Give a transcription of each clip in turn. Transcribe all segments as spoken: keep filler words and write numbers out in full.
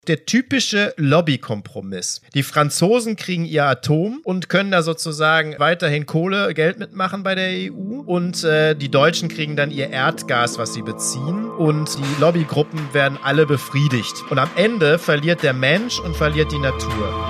Der typische Lobbykompromiss. Die Franzosen kriegen ihr Atom und können da sozusagen weiterhin Kohle, Geld mitmachen bei der E U. Und äh, die Deutschen kriegen dann ihr Erdgas, was sie beziehen. Und die Lobbygruppen werden alle befriedigt. Und am Ende verliert der Mensch und verliert die Natur.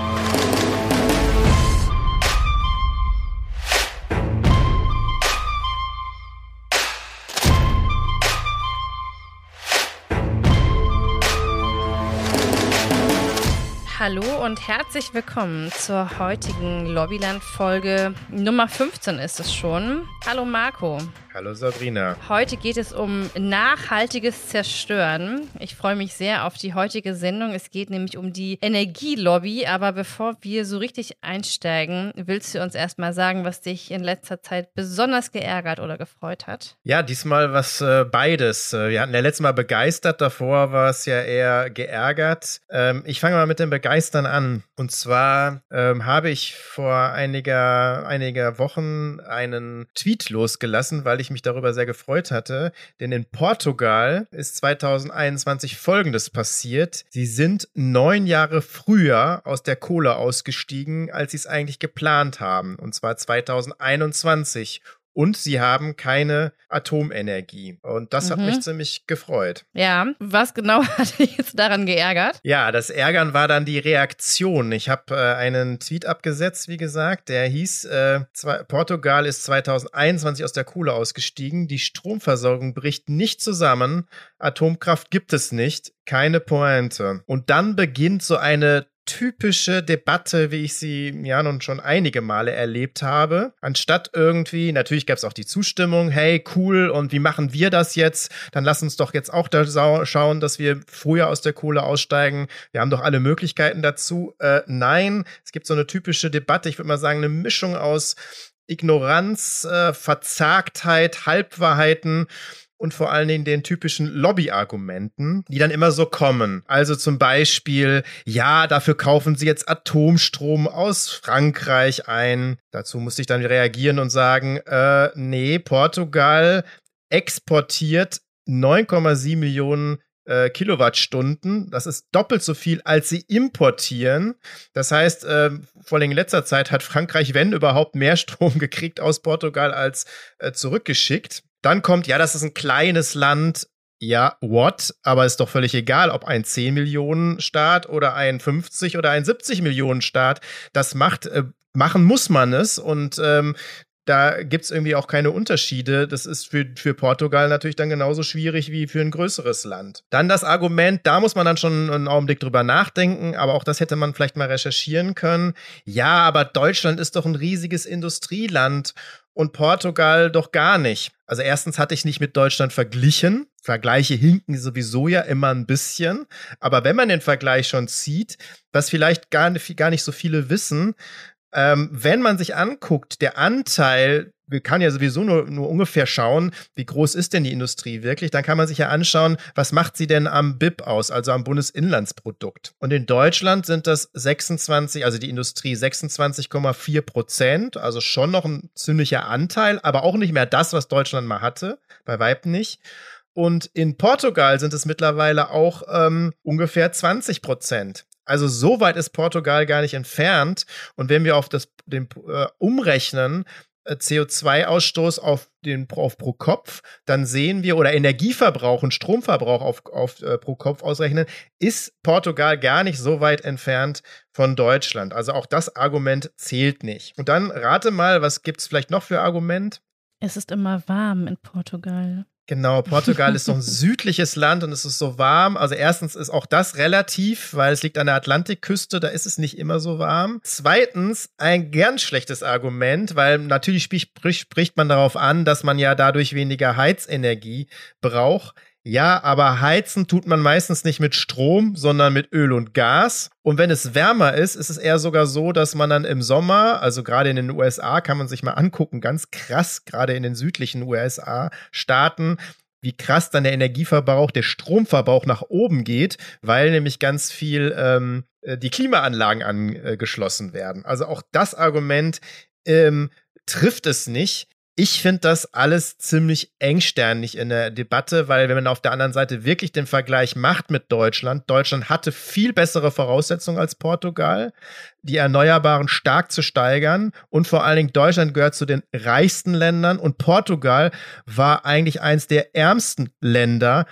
Hallo und herzlich willkommen zur heutigen Lobbyland-Folge. Nummer fünfzehn ist es schon. Hallo Marco. Hallo Sabrina. Heute geht es um nachhaltiges Zerstören. Ich freue mich sehr auf die heutige Sendung. Es geht nämlich um die Energielobby. Aber bevor wir so richtig einsteigen, willst du uns erstmal sagen, was dich in letzter Zeit besonders geärgert oder gefreut hat? Ja, diesmal was äh, beides. Wir hatten ja letztes Mal begeistert, davor war es ja eher geärgert. Ähm, ich fange mal mit dem Begeistern an. Und zwar ähm, habe ich vor einiger, einiger Wochen einen Tweet losgelassen, weil ich ich mich darüber sehr gefreut hatte, denn in Portugal ist zwanzig einundzwanzig Folgendes passiert. Sie sind neun Jahre früher aus der Kohle ausgestiegen, als sie es eigentlich geplant haben, und zwar zwanzig einundzwanzig. Und sie haben keine Atomenergie. Und das mhm. hat mich ziemlich gefreut. Ja, was genau hat dich jetzt daran geärgert? Ja, das Ärgern war dann die Reaktion. Ich habe äh, einen Tweet abgesetzt, wie gesagt, der hieß, äh, Portugal ist zwanzig einundzwanzig aus der Kohle ausgestiegen. Die Stromversorgung bricht nicht zusammen. Atomkraft gibt es nicht. Keine Pointe. Und dann beginnt so eine typische Debatte, wie ich sie ja nun schon einige Male erlebt habe. Anstatt irgendwie, natürlich gab es auch die Zustimmung, hey, cool, und wie machen wir das jetzt? Dann lass uns doch jetzt auch da schauen, dass wir früher aus der Kohle aussteigen. Wir haben doch alle Möglichkeiten dazu. Äh, nein, es gibt so eine typische Debatte, ich würde mal sagen, eine Mischung aus Ignoranz, äh, Verzagtheit, Halbwahrheiten und vor allen Dingen den typischen Lobbyargumenten, die dann immer so kommen. Also zum Beispiel, ja, dafür kaufen sie jetzt Atomstrom aus Frankreich ein. Dazu musste ich dann reagieren und sagen, äh, nee, Portugal exportiert neun Komma sieben Millionen Äh, Kilowattstunden. Das ist doppelt so viel, als sie importieren. Das heißt, äh, vor allem in letzter Zeit hat Frankreich, wenn überhaupt, mehr Strom gekriegt aus Portugal als äh, zurückgeschickt. Dann kommt, ja, das ist ein kleines Land. Ja, what? Aber ist doch völlig egal, ob ein zehn Millionen Staat oder ein fünfzig oder ein siebzig Millionen Staat das macht. Äh, machen muss man es. Und ähm, da gibt's irgendwie auch keine Unterschiede. Das ist für, für Portugal natürlich dann genauso schwierig wie für ein größeres Land. Dann das Argument, da muss man dann schon einen Augenblick drüber nachdenken, aber auch das hätte man vielleicht mal recherchieren können. Ja, aber Deutschland ist doch ein riesiges Industrieland und Portugal doch gar nicht. Also erstens hatte ich nicht mit Deutschland verglichen. Vergleiche hinken sowieso ja immer ein bisschen. Aber wenn man den Vergleich schon zieht, was vielleicht gar nicht, gar nicht so viele wissen, Ähm, wenn man sich anguckt, der Anteil, wir kann ja sowieso nur, nur ungefähr schauen, wie groß ist denn die Industrie wirklich, dann kann man sich ja anschauen, was macht sie denn am B I P aus, also am Bundesinlandsprodukt. Und in Deutschland sind das sechsundzwanzig, also die Industrie sechsundzwanzig Komma vier Prozent, also schon noch ein ziemlicher Anteil, aber auch nicht mehr das, was Deutschland mal hatte, bei Weitem nicht. Und in Portugal sind es mittlerweile auch ähm, ungefähr zwanzig Prozent. Also so weit ist Portugal gar nicht entfernt. Und wenn wir auf das den äh, umrechnen, äh, C O zwei Ausstoß auf den auf pro Kopf, dann sehen wir, oder Energieverbrauch und Stromverbrauch auf, auf äh, pro Kopf ausrechnen, ist Portugal gar nicht so weit entfernt von Deutschland. Also auch das Argument zählt nicht. Und dann rate mal, was gibt's vielleicht noch für Argument? Es ist immer warm in Portugal. Genau, Portugal ist so ein südliches Land und es ist so warm. Also erstens ist auch das relativ, weil es liegt an der Atlantikküste, da ist es nicht immer so warm. Zweitens ein ganz schlechtes Argument, weil natürlich spricht, spricht man darauf an, dass man ja dadurch weniger Heizenergie braucht. Ja, aber heizen tut man meistens nicht mit Strom, sondern mit Öl und Gas. Und wenn es wärmer ist, ist es eher sogar so, dass man dann im Sommer, also gerade in den U S A, kann man sich mal angucken, ganz krass, gerade in den südlichen U S A-Staaten, wie krass dann der Energieverbrauch, der Stromverbrauch nach oben geht, weil nämlich ganz viel ähm, die Klimaanlagen angeschlossen werden. Also auch das Argument ähm, trifft es nicht. Ich finde das alles ziemlich engsternig in der Debatte, weil wenn man auf der anderen Seite wirklich den Vergleich macht mit Deutschland, Deutschland hatte viel bessere Voraussetzungen als Portugal, die Erneuerbaren stark zu steigern und vor allen Dingen Deutschland gehört zu den reichsten Ländern und Portugal war eigentlich eins der ärmsten Länder,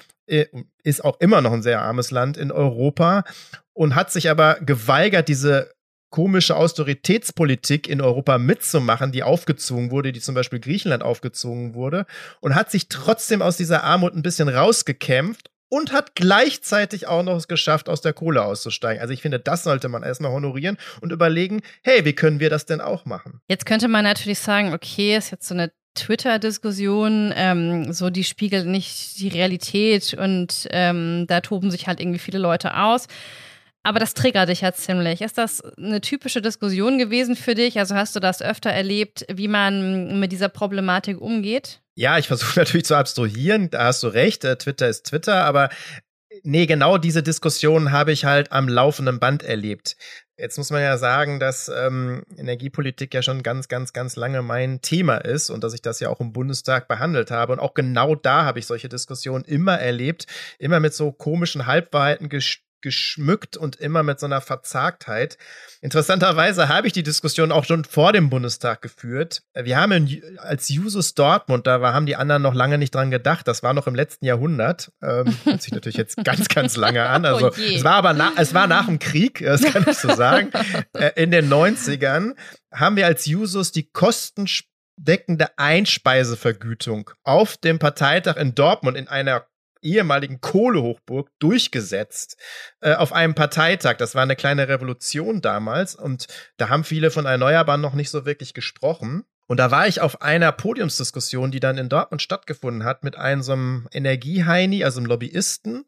ist auch immer noch ein sehr armes Land in Europa und hat sich aber geweigert, diese komische Austeritätspolitik in Europa mitzumachen, die aufgezwungen wurde, die zum Beispiel Griechenland aufgezwungen wurde und hat sich trotzdem aus dieser Armut ein bisschen rausgekämpft und hat gleichzeitig auch noch es geschafft, aus der Kohle auszusteigen. Also ich finde, das sollte man erstmal honorieren und überlegen, hey, wie können wir das denn auch machen? Jetzt könnte man natürlich sagen, okay, ist jetzt so eine Twitter-Diskussion, ähm, so die spiegelt nicht die Realität und ähm, da toben sich halt irgendwie viele Leute aus. Aber das triggert dich ja ziemlich. Ist das eine typische Diskussion gewesen für dich? Also hast du das öfter erlebt, wie man mit dieser Problematik umgeht? Ja, ich versuche natürlich zu abstrahieren, da hast du recht, Twitter ist Twitter, aber nee, genau diese Diskussion habe ich halt am laufenden Band erlebt. Jetzt muss man ja sagen, dass ähm, Energiepolitik ja schon ganz, ganz, ganz lange mein Thema ist und dass ich das ja auch im Bundestag behandelt habe. Und auch genau da habe ich solche Diskussionen immer erlebt, immer mit so komischen Halbwahrheiten gesch- geschmückt und immer mit so einer Verzagtheit. Interessanterweise habe ich die Diskussion auch schon vor dem Bundestag geführt. Wir haben in, als Jusos Dortmund, da war, haben die anderen noch lange nicht dran gedacht, das war noch im letzten Jahrhundert. Ähm, hört sich natürlich jetzt ganz, ganz lange an. Also oh je. es war aber na, es war nach dem Krieg, das kann ich so sagen. Äh, in den neunzigern haben wir als Jusos die kostendeckende Einspeisevergütung auf dem Parteitag in Dortmund in einer ehemaligen Kohlehochburg durchgesetzt äh, auf einem Parteitag. Das war eine kleine Revolution damals und da haben viele von Erneuerbaren noch nicht so wirklich gesprochen. Und da war ich auf einer Podiumsdiskussion, die dann in Dortmund stattgefunden hat, mit einem so einem Energieheini, also einem Lobbyisten,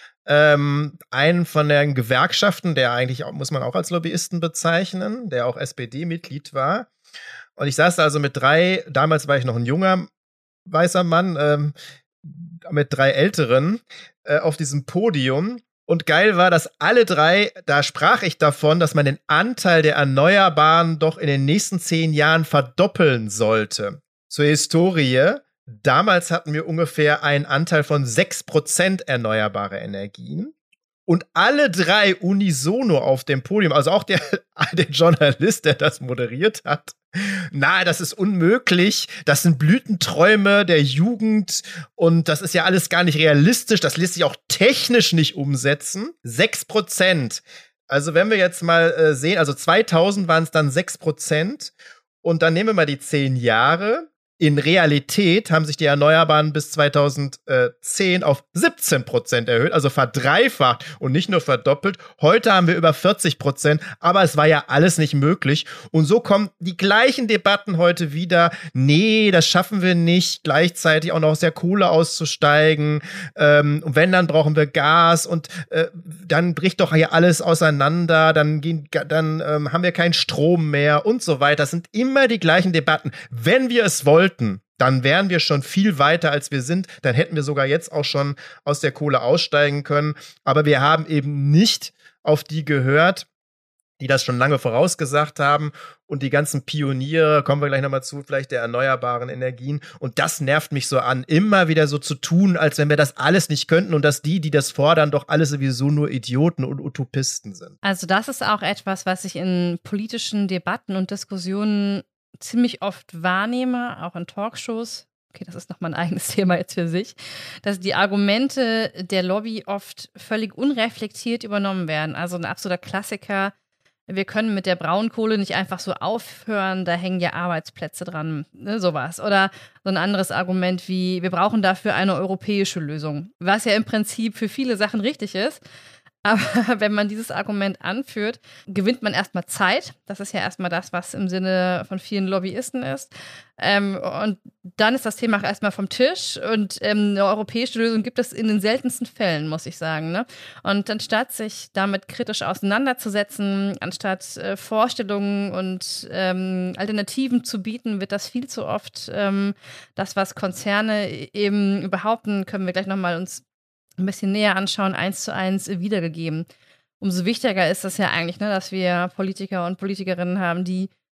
ähm, einen von den Gewerkschaften, der eigentlich, auch, muss man auch als Lobbyisten bezeichnen, der auch S P D-Mitglied war. Und ich saß da also mit drei, damals war ich noch ein junger weißer Mann, ähm, mit drei Älteren äh, auf diesem Podium. Und geil war, dass alle drei, da sprach ich davon, dass man den Anteil der Erneuerbaren doch in den nächsten zehn Jahren verdoppeln sollte. Zur Historie, damals hatten wir ungefähr einen Anteil von sechs Prozent erneuerbare Energien. Und alle drei unisono auf dem Podium, also auch der, der Journalist, der das moderiert hat, na, das ist unmöglich, das sind Blütenträume der Jugend und das ist ja alles gar nicht realistisch, das lässt sich auch technisch nicht umsetzen. Sechs Prozent. Also wenn wir jetzt mal äh, sehen, also zweitausend waren es dann sechs Prozent und dann nehmen wir mal die zehn Jahre. In Realität haben sich die Erneuerbaren bis zweitausendzehn auf siebzehn Prozent erhöht, also verdreifacht und nicht nur verdoppelt. Heute haben wir über vierzig Prozent, aber es war ja alles nicht möglich. Und so kommen die gleichen Debatten heute wieder. Nee, das schaffen wir nicht, gleichzeitig auch noch aus der Kohle auszusteigen. Ähm, und wenn, dann brauchen wir Gas und äh, dann bricht doch hier alles auseinander, dann, gehen, dann ähm, haben wir keinen Strom mehr und so weiter. Das sind immer die gleichen Debatten. Wenn wir es wollten, dann wären wir schon viel weiter, als wir sind. Dann hätten wir sogar jetzt auch schon aus der Kohle aussteigen können. Aber wir haben eben nicht auf die gehört, die das schon lange vorausgesagt haben. Und die ganzen Pioniere, kommen wir gleich nochmal zu, vielleicht der erneuerbaren Energien. Und das nervt mich so an, immer wieder so zu tun, als wenn wir das alles nicht könnten und dass die, die das fordern, doch alle sowieso nur Idioten und Utopisten sind. Also das ist auch etwas, was ich in politischen Debatten und Diskussionen ziemlich oft wahrnehme, auch in Talkshows. Okay, das ist nochmal ein eigenes Thema jetzt für sich, dass die Argumente der Lobby oft völlig unreflektiert übernommen werden. Also ein absoluter Klassiker, wir können mit der Braunkohle nicht einfach so aufhören, da hängen ja Arbeitsplätze dran, ne, sowas. Oder so ein anderes Argument wie, wir brauchen dafür eine europäische Lösung, was ja im Prinzip für viele Sachen richtig ist. Aber wenn man dieses Argument anführt, gewinnt man erstmal Zeit. Das ist ja erstmal das, was im Sinne von vielen Lobbyisten ist. Ähm, und dann ist das Thema auch erstmal vom Tisch. Und ähm, eine europäische Lösung gibt es in den seltensten Fällen, muss ich sagen. Ne? Und anstatt sich damit kritisch auseinanderzusetzen, anstatt äh, Vorstellungen und ähm, Alternativen zu bieten, wird das viel zu oft ähm, das, was Konzerne eben behaupten, können wir gleich nochmal uns ein bisschen näher anschauen, eins zu eins wiedergegeben. Umso wichtiger ist es ja eigentlich, ne, dass wir Politiker und Politikerinnen haben, die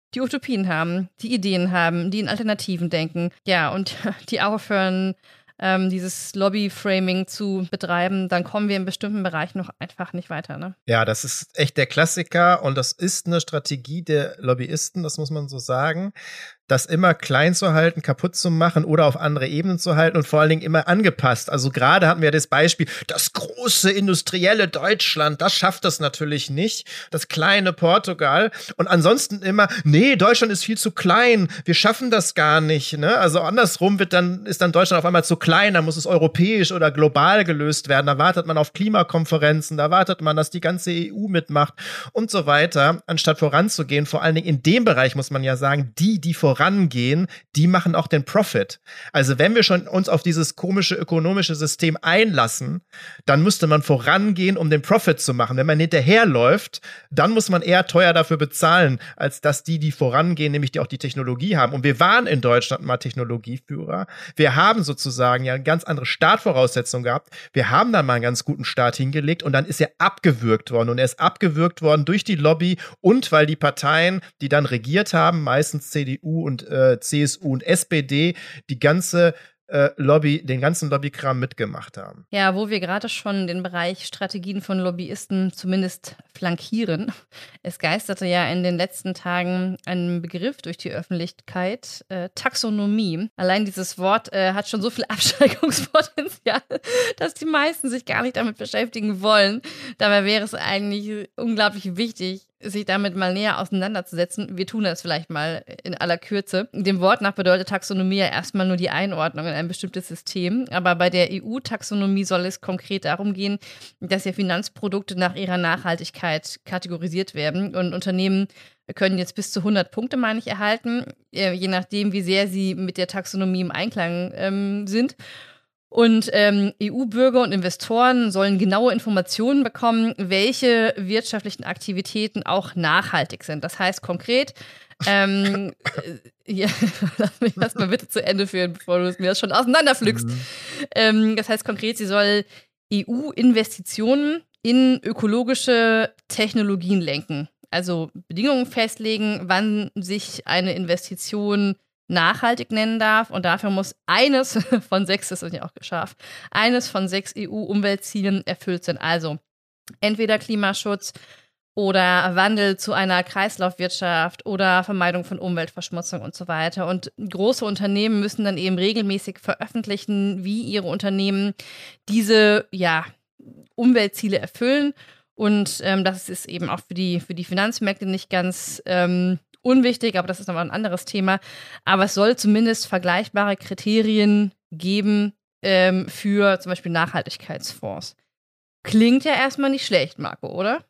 die Utopien haben, die Ideen haben, die in Alternativen denken, ja, und die aufhören, ähm, dieses Lobby-Framing zu betreiben, dann kommen wir in bestimmten Bereichen noch einfach nicht weiter, ne? Ja, das ist echt der Klassiker und das ist eine Strategie der Lobbyisten, das muss man so sagen, das immer klein zu halten, kaputt zu machen oder auf andere Ebenen zu halten und vor allen Dingen immer angepasst. Also gerade hatten wir das Beispiel, das große industrielle Deutschland, das schafft das natürlich nicht, das kleine Portugal und ansonsten immer, nee, Deutschland ist viel zu klein, wir schaffen das gar nicht, ne? Also andersrum wird dann, ist dann Deutschland auf einmal zu klein, dann muss es europäisch oder global gelöst werden, da wartet man auf Klimakonferenzen, da wartet man, dass die ganze E U mitmacht und so weiter, anstatt voranzugehen. Vor allen Dingen in dem Bereich muss man ja sagen, die, die voran rangehen, die machen auch den Profit. Also wenn wir schon uns auf dieses komische ökonomische System einlassen, dann müsste man vorangehen, um den Profit zu machen. Wenn man hinterherläuft, dann muss man eher teuer dafür bezahlen, als dass die, die vorangehen, nämlich die auch die Technologie haben. Und wir waren in Deutschland mal Technologieführer. Wir haben sozusagen ja eine ganz andere Startvoraussetzung gehabt. Wir haben dann mal einen ganz guten Start hingelegt und dann ist er abgewürgt worden. Und er ist abgewürgt worden durch die Lobby und weil die Parteien, die dann regiert haben, meistens C D U und äh, C S U und S P D, die ganze äh, Lobby, den ganzen Lobbykram mitgemacht haben. Ja, wo wir gerade schon den Bereich Strategien von Lobbyisten zumindest flankieren. Es geisterte ja in den letzten Tagen ein Begriff durch die Öffentlichkeit, äh, Taxonomie. Allein dieses Wort äh, hat schon so viel Abschreckungspotenzial, dass die meisten sich gar nicht damit beschäftigen wollen. Dabei wäre es eigentlich unglaublich wichtig, sich damit mal näher auseinanderzusetzen. Wir tun das vielleicht mal in aller Kürze. Dem Wort nach bedeutet Taxonomie ja erstmal nur die Einordnung in ein bestimmtes System. Aber bei der E U-Taxonomie soll es konkret darum gehen, dass ja Finanzprodukte nach ihrer Nachhaltigkeit kategorisiert werden. Und Unternehmen können jetzt bis zu hundert Punkte, meine ich, erhalten, je nachdem, wie sehr sie mit der Taxonomie im Einklang ähm, sind. Und ähm, E U-Bürger und Investoren sollen genaue Informationen bekommen, welche wirtschaftlichen Aktivitäten auch nachhaltig sind. Das heißt konkret, ähm, äh, ja, lass mich das mal bitte zu Ende führen, bevor du mir das schon auseinanderpflückst. Mhm. Ähm, das heißt konkret, sie soll E U-Investitionen in ökologische Technologien lenken. Also Bedingungen festlegen, wann sich eine Investition nachhaltig nennen darf und dafür muss eines von sechs, das ist ja auch scharf, eines von sechs E U-Umweltzielen erfüllt sein. Also entweder Klimaschutz oder Wandel zu einer Kreislaufwirtschaft oder Vermeidung von Umweltverschmutzung und so weiter. Und große Unternehmen müssen dann eben regelmäßig veröffentlichen, wie ihre Unternehmen diese ja, Umweltziele erfüllen. Und ähm, das ist eben auch für die, für die Finanzmärkte nicht ganz ähm, unwichtig, aber das ist nochmal ein anderes Thema. Aber es soll zumindest vergleichbare Kriterien geben ähm, für zum Beispiel Nachhaltigkeitsfonds. Klingt ja erstmal nicht schlecht, Marco, oder?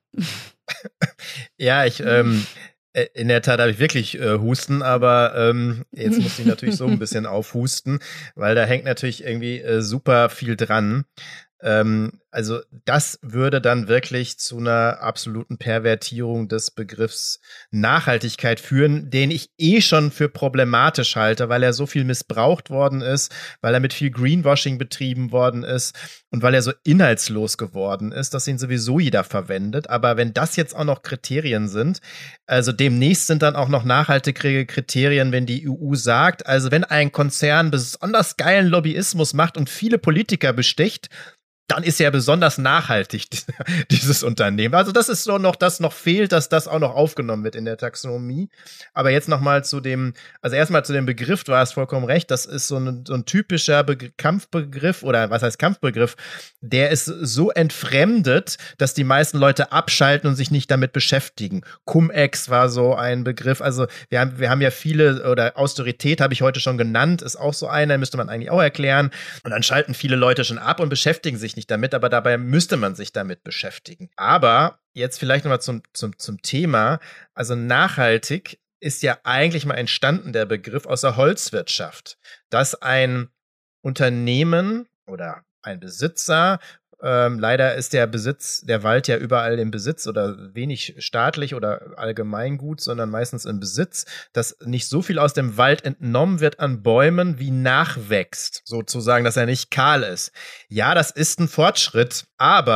Ja, ich, ähm, in der Tat habe ich wirklich äh, Husten, aber ähm, jetzt muss ich natürlich so ein bisschen aufhusten, weil da hängt natürlich irgendwie äh, super viel dran. Ähm, also das würde dann wirklich zu einer absoluten Pervertierung des Begriffs Nachhaltigkeit führen, den ich eh schon für problematisch halte, weil er so viel missbraucht worden ist, weil er mit viel Greenwashing betrieben worden ist und weil er so inhaltslos geworden ist, dass ihn sowieso jeder verwendet. Aber wenn das jetzt auch noch Kriterien sind, also demnächst sind dann auch noch nachhaltige Kriterien, wenn die E U sagt, also wenn ein Konzern besonders geilen Lobbyismus macht und viele Politiker besticht, dann ist ja besonders nachhaltig, dieses Unternehmen. Also das ist so noch, das noch fehlt, dass das auch noch aufgenommen wird in der Taxonomie. Aber jetzt noch mal zu dem, also erstmal zu dem Begriff, du hast vollkommen recht, das ist so ein, so ein typischer Be- Kampfbegriff oder was heißt Kampfbegriff, der ist so entfremdet, dass die meisten Leute abschalten und sich nicht damit beschäftigen. Cum-Ex war so ein Begriff, also wir haben, wir haben ja viele, oder Austerität habe ich heute schon genannt, ist auch so einer, müsste man eigentlich auch erklären. Und dann schalten viele Leute schon ab und beschäftigen sich nicht damit, aber dabei müsste man sich damit beschäftigen. Aber jetzt vielleicht nochmal zum, zum, zum Thema. Also nachhaltig ist ja eigentlich mal entstanden, der Begriff, aus der Holzwirtschaft, dass ein Unternehmen oder ein Besitzer, ähm, leider ist der Besitz, der Wald ja überall im Besitz oder wenig staatlich oder Allgemeingut, sondern meistens im Besitz, dass nicht so viel aus dem Wald entnommen wird an Bäumen, wie nachwächst, sozusagen, dass er nicht kahl ist. Ja, das ist ein Fortschritt, aber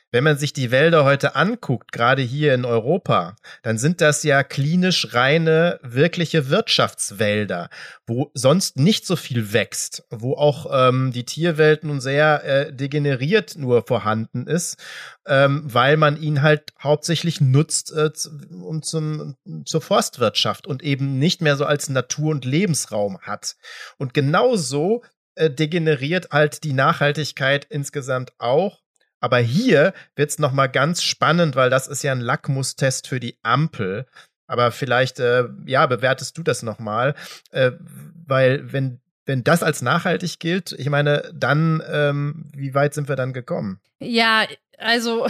Wenn man sich die Wälder heute anguckt, gerade hier in Europa, dann sind das ja klinisch reine, wirkliche Wirtschaftswälder, wo sonst nicht so viel wächst, wo auch ähm, die Tierwelt nun sehr äh, degeneriert nur vorhanden ist, ähm, weil man ihn halt hauptsächlich nutzt äh, um zum, zur Forstwirtschaft und eben nicht mehr so als Natur- und Lebensraum hat. Und genauso äh, degeneriert halt die Nachhaltigkeit insgesamt auch. Aber hier wird's noch mal ganz spannend, weil das ist ja ein Lackmustest für die Ampel. Aber vielleicht, äh, ja, bewertest du das noch mal, äh, weil wenn wenn das als nachhaltig gilt, ich meine, dann ähm, wie weit sind wir dann gekommen? Ja, also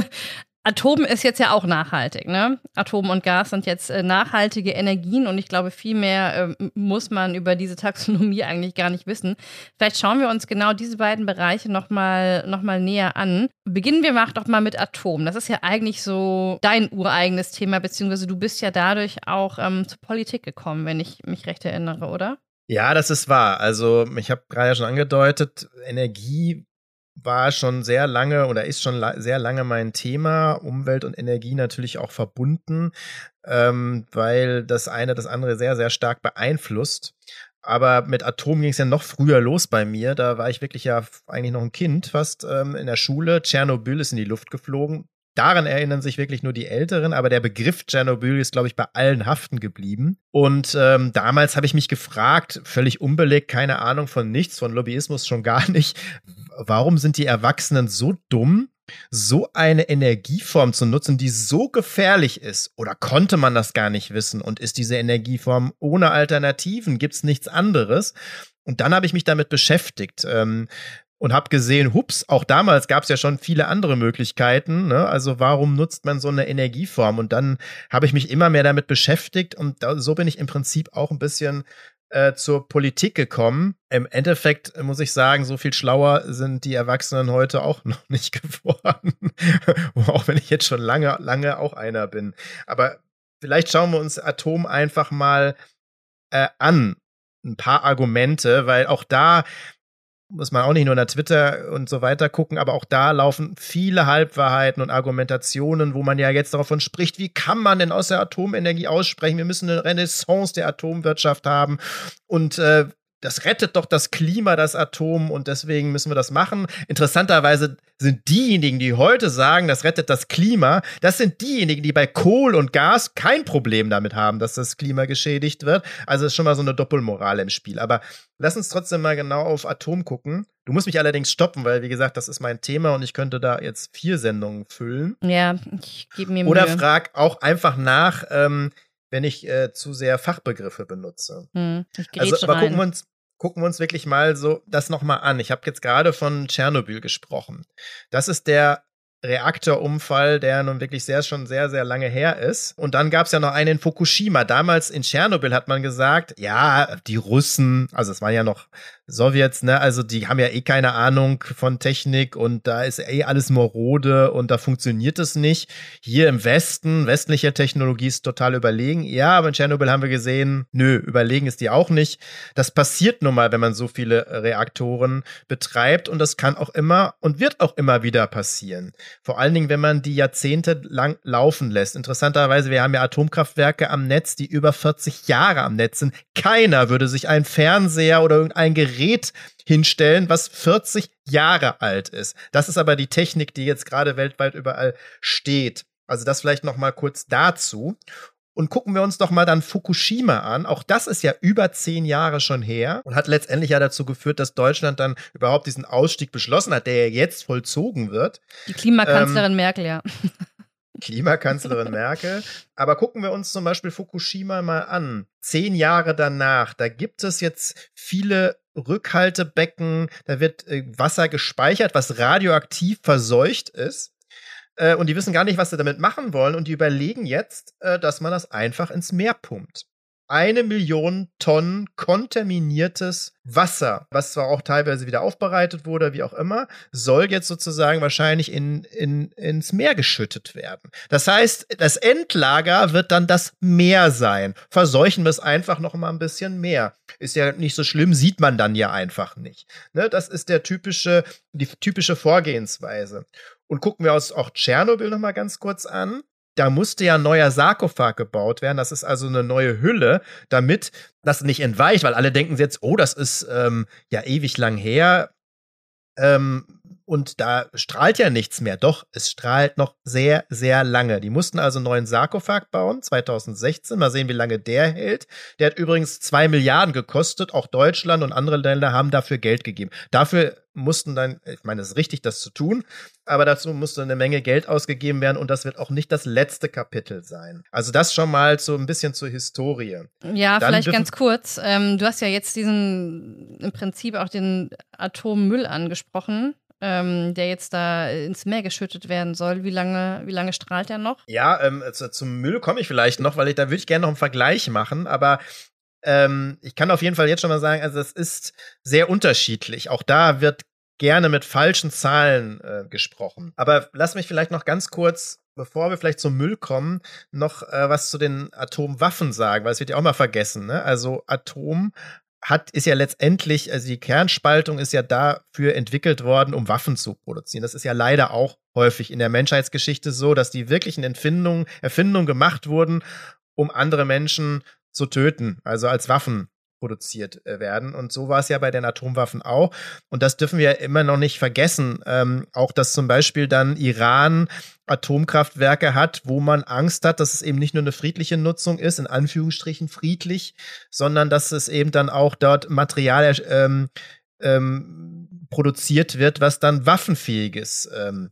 Atom ist jetzt ja auch nachhaltig, ne? Atom und Gas sind jetzt äh, nachhaltige Energien und ich glaube, viel mehr äh, muss man über diese Taxonomie eigentlich gar nicht wissen. Vielleicht schauen wir uns genau diese beiden Bereiche nochmal noch mal näher an. Beginnen wir mal doch mal mit Atom. Das ist ja eigentlich so dein ureigenes Thema, beziehungsweise du bist ja dadurch auch ähm, zur Politik gekommen, wenn ich mich recht erinnere, oder? Ja, das ist wahr. Also ich habe gerade ja schon angedeutet, Energie war schon sehr lange oder ist schon la- sehr lange mein Thema. Umwelt und Energie natürlich auch verbunden, ähm, weil das eine das andere sehr, sehr stark beeinflusst. Aber mit Atom ging es ja noch früher los bei mir. Da war ich wirklich ja eigentlich noch ein Kind, fast ähm, in der Schule. Tschernobyl ist in die Luft geflogen. Daran erinnern sich wirklich nur die Älteren, aber der Begriff Tschernobyl ist, glaube ich, bei allen haften geblieben. Und ähm, damals habe ich mich gefragt, völlig unbelegt, keine Ahnung von nichts, von Lobbyismus schon gar nicht, warum sind die Erwachsenen so dumm, so eine Energieform zu nutzen, die so gefährlich ist? Oder konnte man das gar nicht wissen? Und ist diese Energieform ohne Alternativen? Gibt es nichts anderes? Und dann habe ich mich damit beschäftigt. Ähm, Und habe gesehen, hups, auch damals gab es ja schon viele andere Möglichkeiten. Ne? Also warum nutzt man so eine Energieform? Und dann habe ich mich immer mehr damit beschäftigt und da, so bin ich im Prinzip auch ein bisschen äh, zur Politik gekommen. Im Endeffekt muss ich sagen, so viel schlauer sind die Erwachsenen heute auch noch nicht geworden. Auch wenn ich jetzt schon lange, lange auch einer bin. Aber vielleicht schauen wir uns Atom einfach mal äh, an. Ein paar Argumente, weil auch da muss man auch nicht nur nach Twitter und so weiter gucken, aber auch da laufen viele Halbwahrheiten und Argumentationen, wo man ja jetzt davon spricht, wie kann man denn aus der Atomenergie aussprechen? Wir müssen eine Renaissance der Atomwirtschaft haben und äh, das rettet doch das Klima, das Atom, und deswegen müssen wir das machen. Interessanterweise sind diejenigen, die heute sagen, das rettet das Klima, das sind diejenigen, die bei Kohl und Gas kein Problem damit haben, dass das Klima geschädigt wird. Also ist schon mal so eine Doppelmoral im Spiel. Aber lass uns trotzdem mal genau auf Atom gucken. Du musst mich allerdings stoppen, weil, wie gesagt, das ist mein Thema und ich könnte da jetzt vier Sendungen füllen. Ja, ich gebe mir Mühe. Oder frag auch einfach nach, ähm, wenn ich äh, zu sehr Fachbegriffe benutze. Hm, ich also, aber rein. gucken wir uns gucken wir uns wirklich mal so das nochmal an. Ich habe jetzt gerade von Tschernobyl gesprochen. Das ist der Reaktorunfall, der nun wirklich sehr schon sehr, sehr lange her ist. Und dann gab es ja noch einen in Fukushima. Damals in Tschernobyl hat man gesagt, ja, die Russen, also es waren ja noch Sowjets, ne, also die haben ja eh keine Ahnung von Technik und da ist eh alles marode und da funktioniert es nicht. Hier im Westen, westliche Technologie ist total überlegen. Ja, aber in Tschernobyl haben wir gesehen, nö, überlegen ist die auch nicht. Das passiert nun mal, wenn man so viele Reaktoren betreibt und das kann auch immer und wird auch immer wieder passieren. Vor allen Dingen, wenn man die Jahrzehnte lang laufen lässt. Interessanterweise, wir haben ja Atomkraftwerke am Netz, die über vierzig Jahre am Netz sind. Keiner würde sich einen Fernseher oder irgendein Gerät hinstellen, was vierzig Jahre alt ist. Das ist aber die Technik, die jetzt gerade weltweit überall steht. Also das vielleicht noch mal kurz dazu. Und gucken wir uns doch mal dann Fukushima an. Auch das ist ja über zehn Jahre schon her und hat letztendlich ja dazu geführt, dass Deutschland dann überhaupt diesen Ausstieg beschlossen hat, der ja jetzt vollzogen wird. Die Klimakanzlerin ähm, Merkel, ja. Klimakanzlerin Merkel. Aber gucken wir uns zum Beispiel Fukushima mal an. Zehn Jahre danach, da gibt es jetzt viele Rückhaltebecken, da wird äh, Wasser gespeichert, was radioaktiv verseucht ist. Und die wissen gar nicht, was sie damit machen wollen. Und die überlegen jetzt, dass man das einfach ins Meer pumpt. Eine Million Tonnen kontaminiertes Wasser, was zwar auch teilweise wieder aufbereitet wurde, wie auch immer, soll jetzt sozusagen wahrscheinlich in, in, ins Meer geschüttet werden. Das heißt, das Endlager wird dann das Meer sein. Verseuchen wir es einfach noch mal ein bisschen mehr. Ist ja nicht so schlimm, sieht man dann ja einfach nicht. Ne, das ist der typische, die typische Vorgehensweise. Und gucken wir uns auch Tschernobyl noch mal ganz kurz an. Da musste ja ein neuer Sarkophag gebaut werden. Das ist also eine neue Hülle, damit das nicht entweicht, weil alle denken jetzt, oh, das ist ähm, ja ewig lang her. Ähm, und da strahlt ja nichts mehr. Doch, es strahlt noch sehr, sehr lange. Die mussten also einen neuen Sarkophag bauen, zweitausendsechzehn. Mal sehen, wie lange der hält. Der hat übrigens zwei Milliarden gekostet. Auch Deutschland und andere Länder haben dafür Geld gegeben. Dafür mussten dann, ich meine, es ist richtig, das zu tun, aber dazu musste eine Menge Geld ausgegeben werden und das wird auch nicht das letzte Kapitel sein. Also das schon mal so ein bisschen zur Historie. Ja, dann vielleicht ganz kurz. Ähm, du hast ja jetzt diesen, im Prinzip auch den Atommüll angesprochen, ähm, der jetzt da ins Meer geschüttet werden soll. Wie lange, wie lange strahlt er noch? Ja, ähm, also zum Müll komme ich vielleicht noch, weil ich da würde ich gerne noch einen Vergleich machen, aber ähm, ich kann auf jeden Fall jetzt schon mal sagen, also es ist sehr unterschiedlich. Auch da wird gerne mit falschen Zahlen äh, gesprochen. Aber lass mich vielleicht noch ganz kurz, bevor wir vielleicht zum Müll kommen, noch äh, was zu den Atomwaffen sagen, weil es wird ja auch mal vergessen, ne? Also Atom hat, ist ja letztendlich, also die Kernspaltung ist ja dafür entwickelt worden, um Waffen zu produzieren. Das ist ja leider auch häufig in der Menschheitsgeschichte so, dass die wirklichen Erfindungen, Erfindungen gemacht wurden, um andere Menschen zu töten, also als Waffen produziert werden. Und so war es ja bei den Atomwaffen auch. Und das dürfen wir immer noch nicht vergessen. Ähm, auch, dass zum Beispiel dann Iran Atomkraftwerke hat, wo man Angst hat, dass es eben nicht nur eine friedliche Nutzung ist, in Anführungsstrichen friedlich, sondern dass es eben dann auch dort Material ähm, ähm, produziert wird, was dann waffenfähiges, ähm,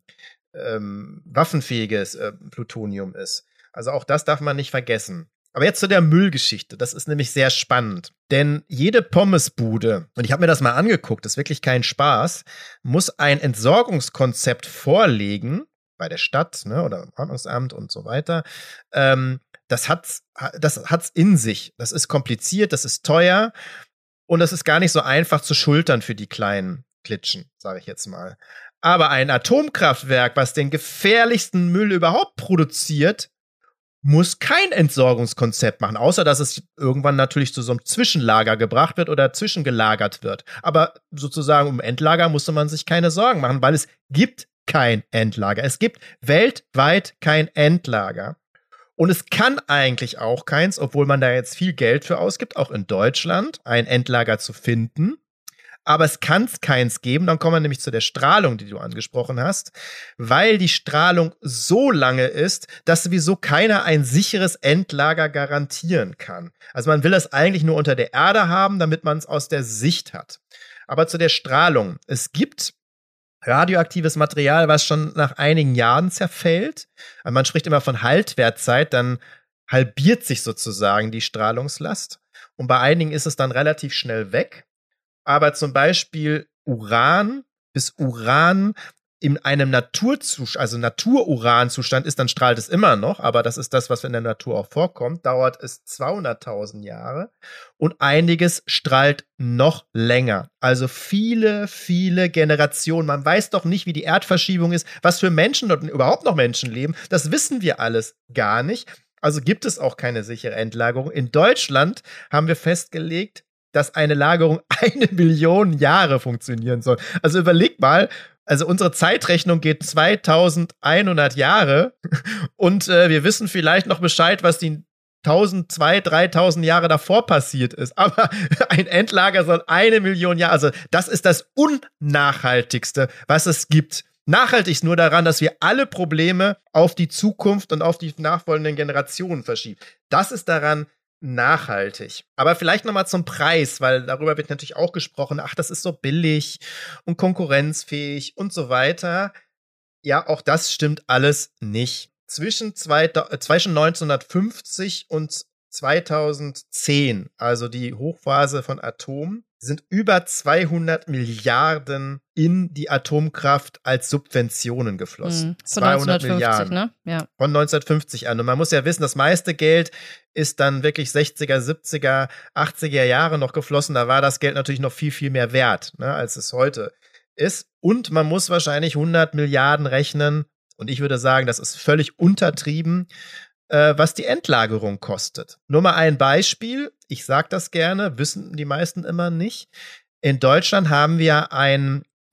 ähm, waffenfähiges äh, Plutonium ist. Also auch das darf man nicht vergessen. Aber jetzt zu der Müllgeschichte. Das ist nämlich sehr spannend. Denn jede Pommesbude, und ich habe mir das mal angeguckt, das ist wirklich kein Spaß, muss ein Entsorgungskonzept vorlegen bei der Stadt, ne, oder im Ordnungsamt und so weiter. Ähm, das hat's, das hat's in sich. Das ist kompliziert, das ist teuer und das ist gar nicht so einfach zu schultern für die kleinen Klitschen, sage ich jetzt mal. Aber ein Atomkraftwerk, was den gefährlichsten Müll überhaupt produziert, muss kein Entsorgungskonzept machen, außer dass es irgendwann natürlich zu so einem Zwischenlager gebracht wird oder zwischengelagert wird. Aber sozusagen um Endlager musste man sich keine Sorgen machen, weil es gibt kein Endlager. Es gibt weltweit kein Endlager. Und es kann eigentlich auch keins, obwohl man da jetzt viel Geld für ausgibt, auch in Deutschland, ein Endlager zu finden. Aber es kann keins geben, dann kommen wir nämlich zu der Strahlung, die du angesprochen hast, weil die Strahlung so lange ist, dass sowieso keiner ein sicheres Endlager garantieren kann. Also man will das eigentlich nur unter der Erde haben, damit man es aus der Sicht hat. Aber zu der Strahlung. Es gibt radioaktives Material, was schon nach einigen Jahren zerfällt. Also man spricht immer von Haltwertzeit, dann halbiert sich sozusagen die Strahlungslast. Und bei einigen ist es dann relativ schnell weg. Aber zum Beispiel Uran, bis Uran in einem Naturzustand, also Natururanzustand ist, dann strahlt es immer noch, aber das ist das, was in der Natur auch vorkommt, dauert es zweihunderttausend Jahre und einiges strahlt noch länger. Also viele, viele Generationen. Man weiß doch nicht, wie die Erdverschiebung ist, was für Menschen dort überhaupt noch Menschen leben. Das wissen wir alles gar nicht. Also gibt es auch keine sichere Endlagerung. In Deutschland haben wir festgelegt, dass eine Lagerung eine Million Jahre funktionieren soll. Also überleg mal, also unsere Zeitrechnung geht zweitausendeinhundert Jahre und äh, wir wissen vielleicht noch Bescheid, was die tausendzweihundert, dreitausend Jahre davor passiert ist. Aber ein Endlager soll eine Million Jahre, also das ist das Unnachhaltigste, was es gibt. Nachhaltig nur daran, dass wir alle Probleme auf die Zukunft und auf die nachfolgenden Generationen verschieben. Das ist daran nachhaltig. Aber vielleicht noch mal zum Preis, weil darüber wird natürlich auch gesprochen, ach, das ist so billig und konkurrenzfähig und so weiter. Ja, auch das stimmt alles nicht. Zwischen, zwei, zwischen neunzehnhundertfünfzig und zweitausendzehn, also die Hochphase von Atom, sind über zweihundert Milliarden in die Atomkraft als Subventionen geflossen. Hm, von zweihundert Milliarden. Ne? Ja. Von neunzehnhundertfünfzig an. Und man muss ja wissen, das meiste Geld ist dann wirklich sechziger, siebziger, achtziger Jahre noch geflossen. Da war das Geld natürlich noch viel, viel mehr wert, ne, als es heute ist. Und man muss wahrscheinlich hundert Milliarden rechnen. Und ich würde sagen, das ist völlig untertrieben, äh, was die Endlagerung kostet. Nur mal ein Beispiel. Ich sage das gerne, wissen die meisten immer nicht. In Deutschland haben wir ein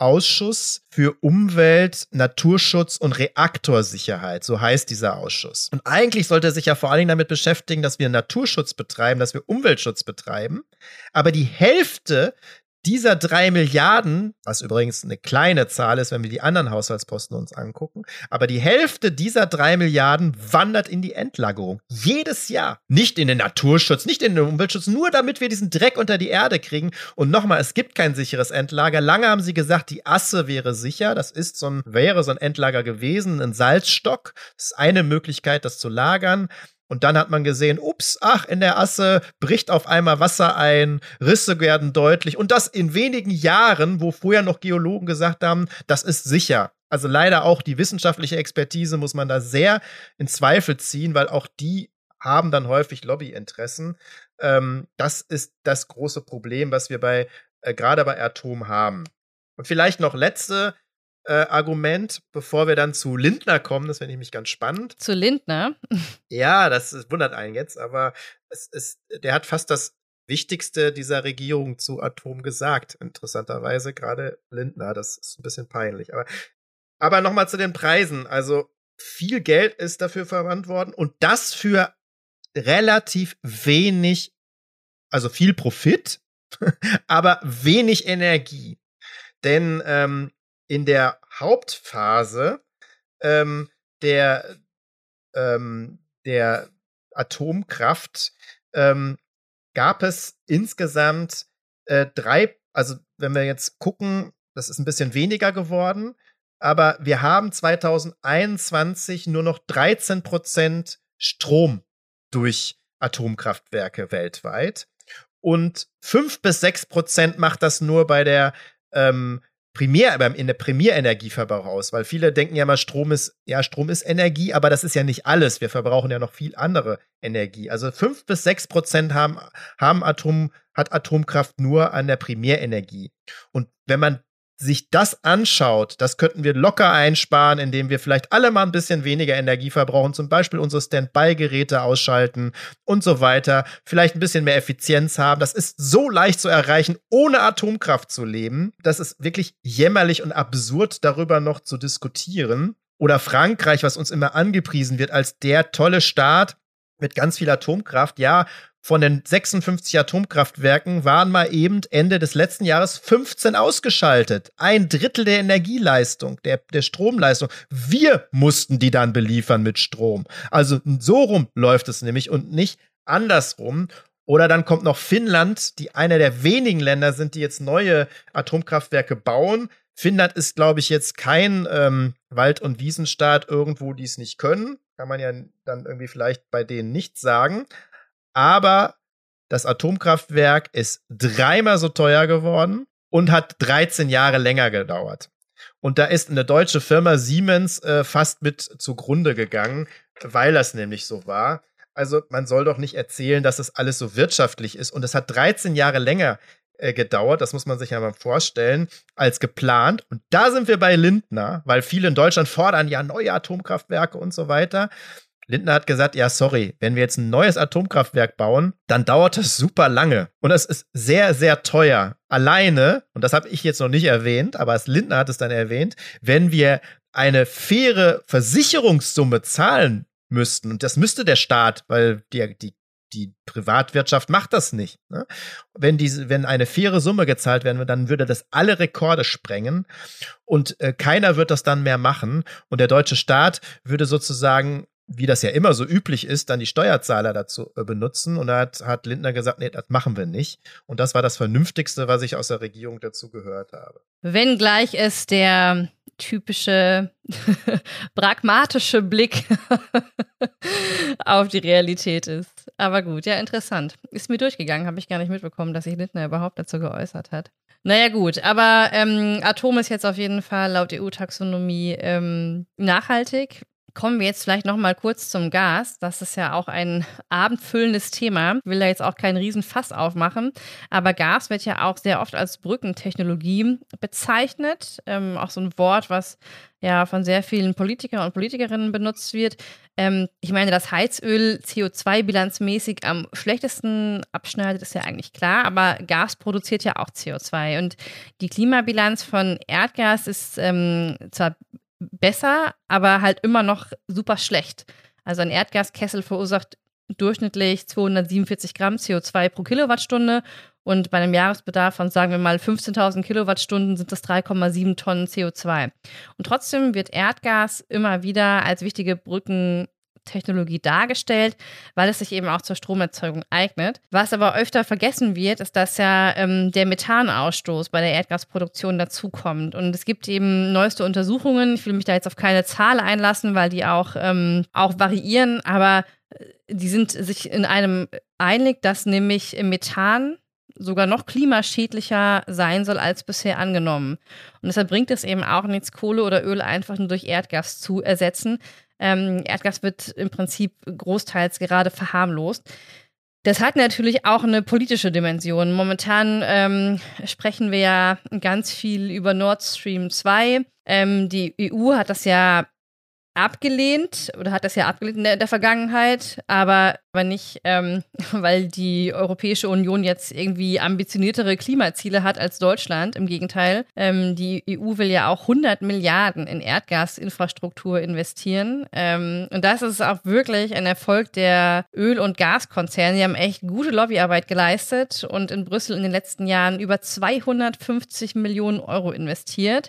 Ausschuss für Umwelt, Naturschutz und Reaktorsicherheit. So heißt dieser Ausschuss. Und eigentlich sollte er sich ja vor allen Dingen damit beschäftigen, dass wir Naturschutz betreiben, dass wir Umweltschutz betreiben. Aber die Hälfte dieser drei Milliarden, was übrigens eine kleine Zahl ist, wenn wir die anderen Haushaltsposten uns angucken, aber die Hälfte dieser drei Milliarden wandert in die Endlagerung. Jedes Jahr. Nicht in den Naturschutz, nicht in den Umweltschutz, nur damit wir diesen Dreck unter die Erde kriegen. Und nochmal, es gibt kein sicheres Endlager. Lange haben sie gesagt, die Asse wäre sicher. Das ist so ein, wäre so ein Endlager gewesen, ein Salzstock. Das ist eine Möglichkeit, das zu lagern. Und dann hat man gesehen, ups, ach, in der Asse bricht auf einmal Wasser ein, Risse werden deutlich. Und das in wenigen Jahren, wo vorher noch Geologen gesagt haben, das ist sicher. Also leider auch die wissenschaftliche Expertise muss man da sehr in Zweifel ziehen, weil auch die haben dann häufig Lobbyinteressen. Ähm, das ist das große Problem, was wir bei äh, gerade bei Atom haben. Und vielleicht noch letzte Äh, Argument, bevor wir dann zu Lindner kommen, das finde ich mich ganz spannend. Zu Lindner? Ja, das ist, wundert einen jetzt, aber es ist, der hat fast das Wichtigste dieser Regierung zu Atom gesagt, interessanterweise, gerade Lindner, das ist ein bisschen peinlich. Aber, aber nochmal zu den Preisen, also viel Geld ist dafür verwandt worden und das für relativ wenig, also viel Profit, aber wenig Energie. Denn ähm, in der Hauptphase ähm, der, ähm, der Atomkraft ähm, gab es insgesamt äh, drei, also wenn wir jetzt gucken, das ist ein bisschen weniger geworden, aber wir haben zwanzig einundzwanzig nur noch dreizehn Prozent Strom durch Atomkraftwerke weltweit und fünf bis sechs Prozent macht das nur bei der ähm, Primär, beim in der Primärenergieverbrauch aus, weil viele denken ja mal, Strom ist, ja, Strom ist Energie, aber das ist ja nicht alles. Wir verbrauchen ja noch viel andere Energie. Also fünf bis sechs Prozent haben, haben Atom, hat Atomkraft nur an der Primärenergie. Und wenn man sich das anschaut, das könnten wir locker einsparen, indem wir vielleicht alle mal ein bisschen weniger Energie verbrauchen, zum Beispiel unsere Standby-Geräte ausschalten und so weiter, vielleicht ein bisschen mehr Effizienz haben. Das ist so leicht zu erreichen, ohne Atomkraft zu leben. Das ist wirklich jämmerlich und absurd, darüber noch zu diskutieren. Oder Frankreich, was uns immer angepriesen wird als der tolle Staat mit ganz viel Atomkraft. Ja, von den sechsundfünfzig Atomkraftwerken waren mal eben Ende des letzten Jahres fünfzehn ausgeschaltet. Ein Drittel der Energieleistung, der, der Stromleistung. Wir mussten die dann beliefern mit Strom. Also so rum läuft es nämlich und nicht andersrum. Oder dann kommt noch Finnland, die einer der wenigen Länder sind, die jetzt neue Atomkraftwerke bauen. Finnland ist, glaube ich, jetzt kein ähm, Wald- und Wiesenstaat irgendwo, die es nicht können. Kann man ja dann irgendwie vielleicht bei denen nicht sagen. Aber das Atomkraftwerk ist dreimal so teuer geworden und hat dreizehn Jahre länger gedauert. Und da ist eine deutsche Firma Siemens äh, fast mit zugrunde gegangen, weil das nämlich so war. Also man soll doch nicht erzählen, dass das alles so wirtschaftlich ist. Und es hat dreizehn Jahre länger äh, gedauert, das muss man sich ja mal vorstellen, als geplant. Und da sind wir bei Lindner, weil viele in Deutschland fordern ja neue Atomkraftwerke und so weiter. Lindner hat gesagt, ja, sorry, wenn wir jetzt ein neues Atomkraftwerk bauen, dann dauert das super lange. Und es ist sehr, sehr teuer. Alleine, und das habe ich jetzt noch nicht erwähnt, aber als Lindner hat es dann erwähnt, wenn wir eine faire Versicherungssumme zahlen müssten, und das müsste der Staat, weil die, die, die Privatwirtschaft macht das nicht. Ne? Wenn, diese, wenn eine faire Summe gezahlt werden würde, dann würde das alle Rekorde sprengen und äh, keiner wird das dann mehr machen. Und der deutsche Staat würde sozusagen, wie das ja immer so üblich ist, dann die Steuerzahler dazu äh, benutzen. Und da hat, hat Lindner gesagt, nee, das machen wir nicht. Und das war das Vernünftigste, was ich aus der Regierung dazu gehört habe. Wenngleich es der typische pragmatische Blick auf die Realität ist. Aber gut, ja, interessant. Ist mir durchgegangen, habe ich gar nicht mitbekommen, dass sich Lindner überhaupt dazu geäußert hat. Naja gut, aber ähm, Atom ist jetzt auf jeden Fall laut E U-Taxonomie ähm, nachhaltig. Kommen wir jetzt vielleicht noch mal kurz zum Gas. Das ist ja auch ein abendfüllendes Thema. Ich will da jetzt auch keinen Riesenfass aufmachen. Aber Gas wird ja auch sehr oft als Brückentechnologie bezeichnet. Ähm, auch so ein Wort, was ja von sehr vielen Politikern und Politikerinnen benutzt wird. Ähm, ich meine, dass Heizöl C O zwei bilanzmäßig am schlechtesten abschneidet, ist ja eigentlich klar. Aber Gas produziert ja auch C O zwei. Und die Klimabilanz von Erdgas ist ähm, zwar besser, aber halt immer noch super schlecht. Also ein Erdgaskessel verursacht durchschnittlich zweihundertsiebenundvierzig Gramm C O zwei pro Kilowattstunde und bei einem Jahresbedarf von, sagen wir mal, fünfzehntausend Kilowattstunden sind das drei Komma sieben Tonnen C O zwei. Und trotzdem wird Erdgas immer wieder als wichtige Brückentechnologie dargestellt, weil es sich eben auch zur Stromerzeugung eignet. Was aber öfter vergessen wird, ist, dass ja ähm, der Methanausstoß bei der Erdgasproduktion dazukommt. Und es gibt eben neueste Untersuchungen, ich will mich da jetzt auf keine Zahl einlassen, weil die auch, ähm, auch variieren, aber die sind sich in einem einig, dass nämlich Methan sogar noch klimaschädlicher sein soll als bisher angenommen. Und deshalb bringt es eben auch nichts, Kohle oder Öl einfach nur durch Erdgas zu ersetzen. Ähm, Erdgas wird im Prinzip großteils gerade verharmlost. Das hat natürlich auch eine politische Dimension. Momentan ähm, sprechen wir ja ganz viel über Nord Stream zwei. Ähm, die E U hat das ja abgelehnt oder hat das ja abgelehnt in der, der Vergangenheit, aber, aber nicht, ähm, weil die Europäische Union jetzt irgendwie ambitioniertere Klimaziele hat als Deutschland. Im Gegenteil, ähm, die E U will ja auch hundert Milliarden in Erdgasinfrastruktur investieren. Ähm, und das ist auch wirklich ein Erfolg der Öl- und Gaskonzerne. Die haben echt gute Lobbyarbeit geleistet und in Brüssel in den letzten Jahren über zweihundertfünfzig Millionen Euro investiert.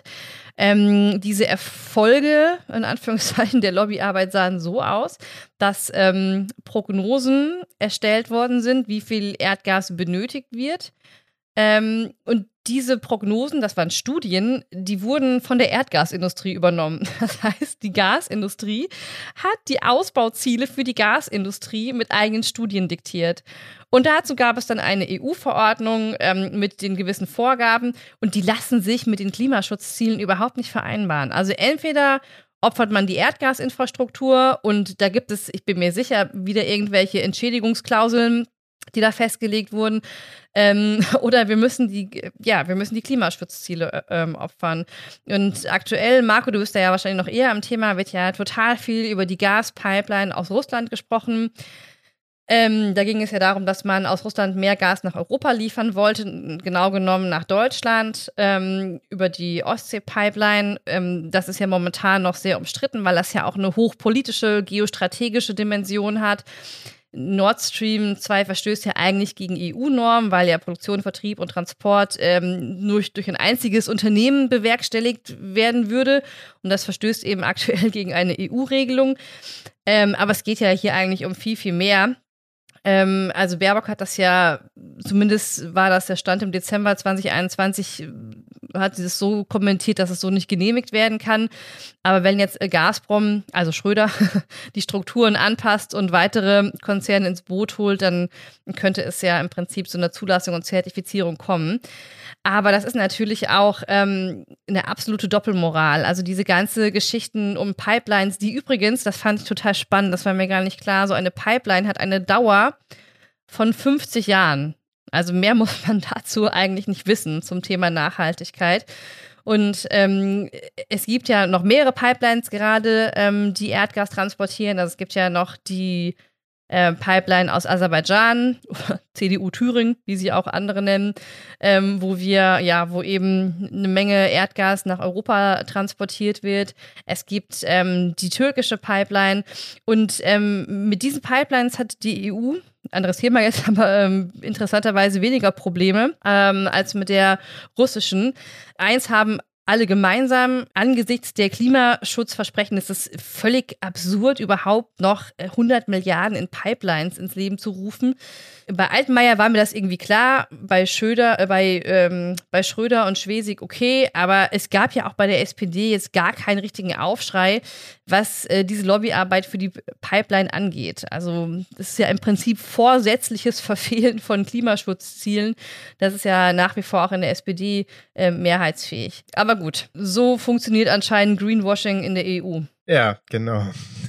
Ähm, diese Erfolge, in Anführungszeichen, der Lobbyarbeit sahen so aus, dass ähm, Prognosen erstellt worden sind, wie viel Erdgas benötigt wird. Ähm, und diese Prognosen, das waren Studien, die wurden von der Erdgasindustrie übernommen. Das heißt, die Gasindustrie hat die Ausbauziele für die Gasindustrie mit eigenen Studien diktiert. Und dazu gab es dann eine E U-Verordnung ähm, mit den gewissen Vorgaben und die lassen sich mit den Klimaschutzzielen überhaupt nicht vereinbaren. Also entweder opfert man die Erdgasinfrastruktur und da gibt es, ich bin mir sicher, wieder irgendwelche Entschädigungsklauseln, die da festgelegt wurden. Ähm, oder wir müssen die, ja, wir müssen die Klimaschutzziele ähm, opfern. Und aktuell, Marco, du bist da ja wahrscheinlich noch eher am Thema, wird ja total viel über die Gaspipeline aus Russland gesprochen. Ähm, da ging es ja darum, dass man aus Russland mehr Gas nach Europa liefern wollte, genau genommen nach Deutschland, ähm, über die Ostsee-Pipeline. Ähm, das ist ja momentan noch sehr umstritten, weil das ja auch eine hochpolitische, geostrategische Dimension hat. Nord Stream zwei verstößt ja eigentlich gegen E U-Normen, weil ja Produktion, Vertrieb und Transport ähm, nur durch ein einziges Unternehmen bewerkstelligt werden würde. Und das verstößt eben aktuell gegen eine E U-Regelung. Ähm, aber es geht ja hier eigentlich um viel, viel mehr. Ähm, also Baerbock hat das ja, zumindest war das der Stand im Dezember zwanzig einundzwanzig, hat sie das so kommentiert, dass es so nicht genehmigt werden kann. Aber wenn jetzt Gazprom, also Schröder, die Strukturen anpasst und weitere Konzerne ins Boot holt, dann könnte es ja im Prinzip zu einer Zulassung und Zertifizierung kommen. Aber das ist natürlich auch ähm, eine absolute Doppelmoral. Also diese ganze Geschichten um Pipelines, die übrigens, das fand ich total spannend, das war mir gar nicht klar, so eine Pipeline hat eine Dauer von fünfzig Jahren. Also mehr muss man dazu eigentlich nicht wissen zum Thema Nachhaltigkeit. Und ähm, es gibt ja noch mehrere Pipelines gerade, ähm, die Erdgas transportieren. Also es gibt ja noch die äh, Pipeline aus Aserbaidschan, C D U Thüringen, wie sie auch andere nennen, ähm, wo wir, ja, wo eben eine Menge Erdgas nach Europa transportiert wird. Es gibt ähm, die türkische Pipeline und ähm, mit diesen Pipelines hat die E U, anderes Thema jetzt, aber ähm, interessanterweise weniger Probleme ähm, als mit der russischen. Eins haben alle gemeinsam, angesichts der Klimaschutzversprechen ist es völlig absurd, überhaupt noch hundert Milliarden in Pipelines ins Leben zu rufen. Bei Altmaier war mir das irgendwie klar, bei Schröder, äh, bei, ähm, bei Schröder und Schwesig okay, aber es gab ja auch bei der S P D jetzt gar keinen richtigen Aufschrei, was äh, diese Lobbyarbeit für die Pipeline angeht. Also das ist ja im Prinzip vorsätzliches Verfehlen von Klimaschutzzielen. Das ist ja nach wie vor auch in der S P D äh, mehrheitsfähig. Aber gut, so funktioniert anscheinend Greenwashing in der E U. Ja, genau.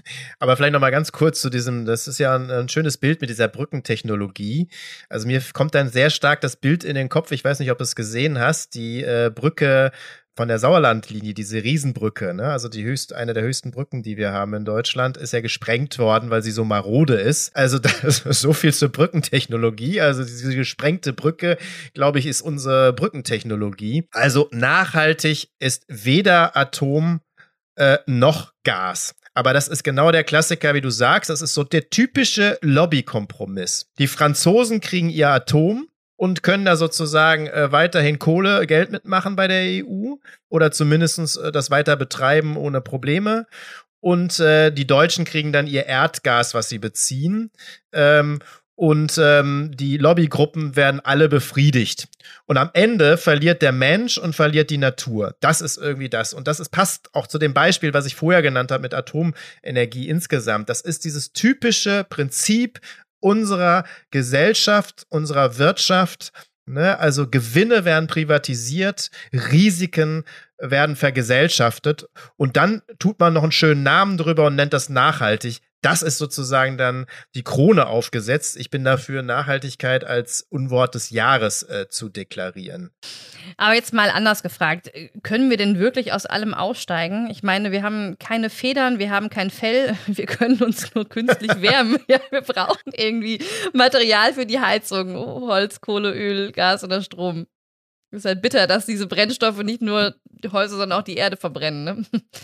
Aber vielleicht noch mal ganz kurz zu diesem, das ist ja ein, ein schönes Bild mit dieser Brückentechnologie. Also mir kommt dann sehr stark das Bild in den Kopf, ich weiß nicht, ob du es gesehen hast, die äh, Brücke von der Sauerlandlinie, diese Riesenbrücke, ne? Also die höchst, eine der höchsten Brücken, die wir haben in Deutschland, ist ja gesprengt worden, weil sie so marode ist. Also das, so viel zur Brückentechnologie. Also diese gesprengte Brücke, glaube ich, ist unsere Brückentechnologie. Also nachhaltig ist weder Atom äh, noch Gas. Aber das ist genau der Klassiker, wie du sagst. Das ist so der typische Lobbykompromiss. Die Franzosen kriegen ihr Atom und können da sozusagen äh, weiterhin Kohle, Geld mitmachen bei der E U oder zumindest äh, das weiter betreiben ohne Probleme. Und äh, die Deutschen kriegen dann ihr Erdgas, was sie beziehen. Ähm, und ähm, die Lobbygruppen werden alle befriedigt. Und am Ende verliert der Mensch und verliert die Natur. Das ist irgendwie das. Und das ist, passt auch zu dem Beispiel, was ich vorher genannt habe mit Atomenergie insgesamt. Das ist dieses typische Prinzip unserer Gesellschaft, unserer Wirtschaft, ne? Also Gewinne werden privatisiert, Risiken werden vergesellschaftet und dann tut man noch einen schönen Namen drüber und nennt das nachhaltig. Das ist sozusagen dann die Krone aufgesetzt. Ich bin dafür, Nachhaltigkeit als Unwort des Jahres äh, zu deklarieren. Aber jetzt mal anders gefragt, können wir denn wirklich aus allem aussteigen? Ich meine, wir haben keine Federn, wir haben kein Fell, wir können uns nur künstlich wärmen. Ja, wir brauchen irgendwie Material für die Heizung, Holz, Kohle, Öl, Gas oder Strom. Es ist halt bitter, dass diese Brennstoffe nicht nur die Häuser, sondern auch die Erde verbrennen, ne?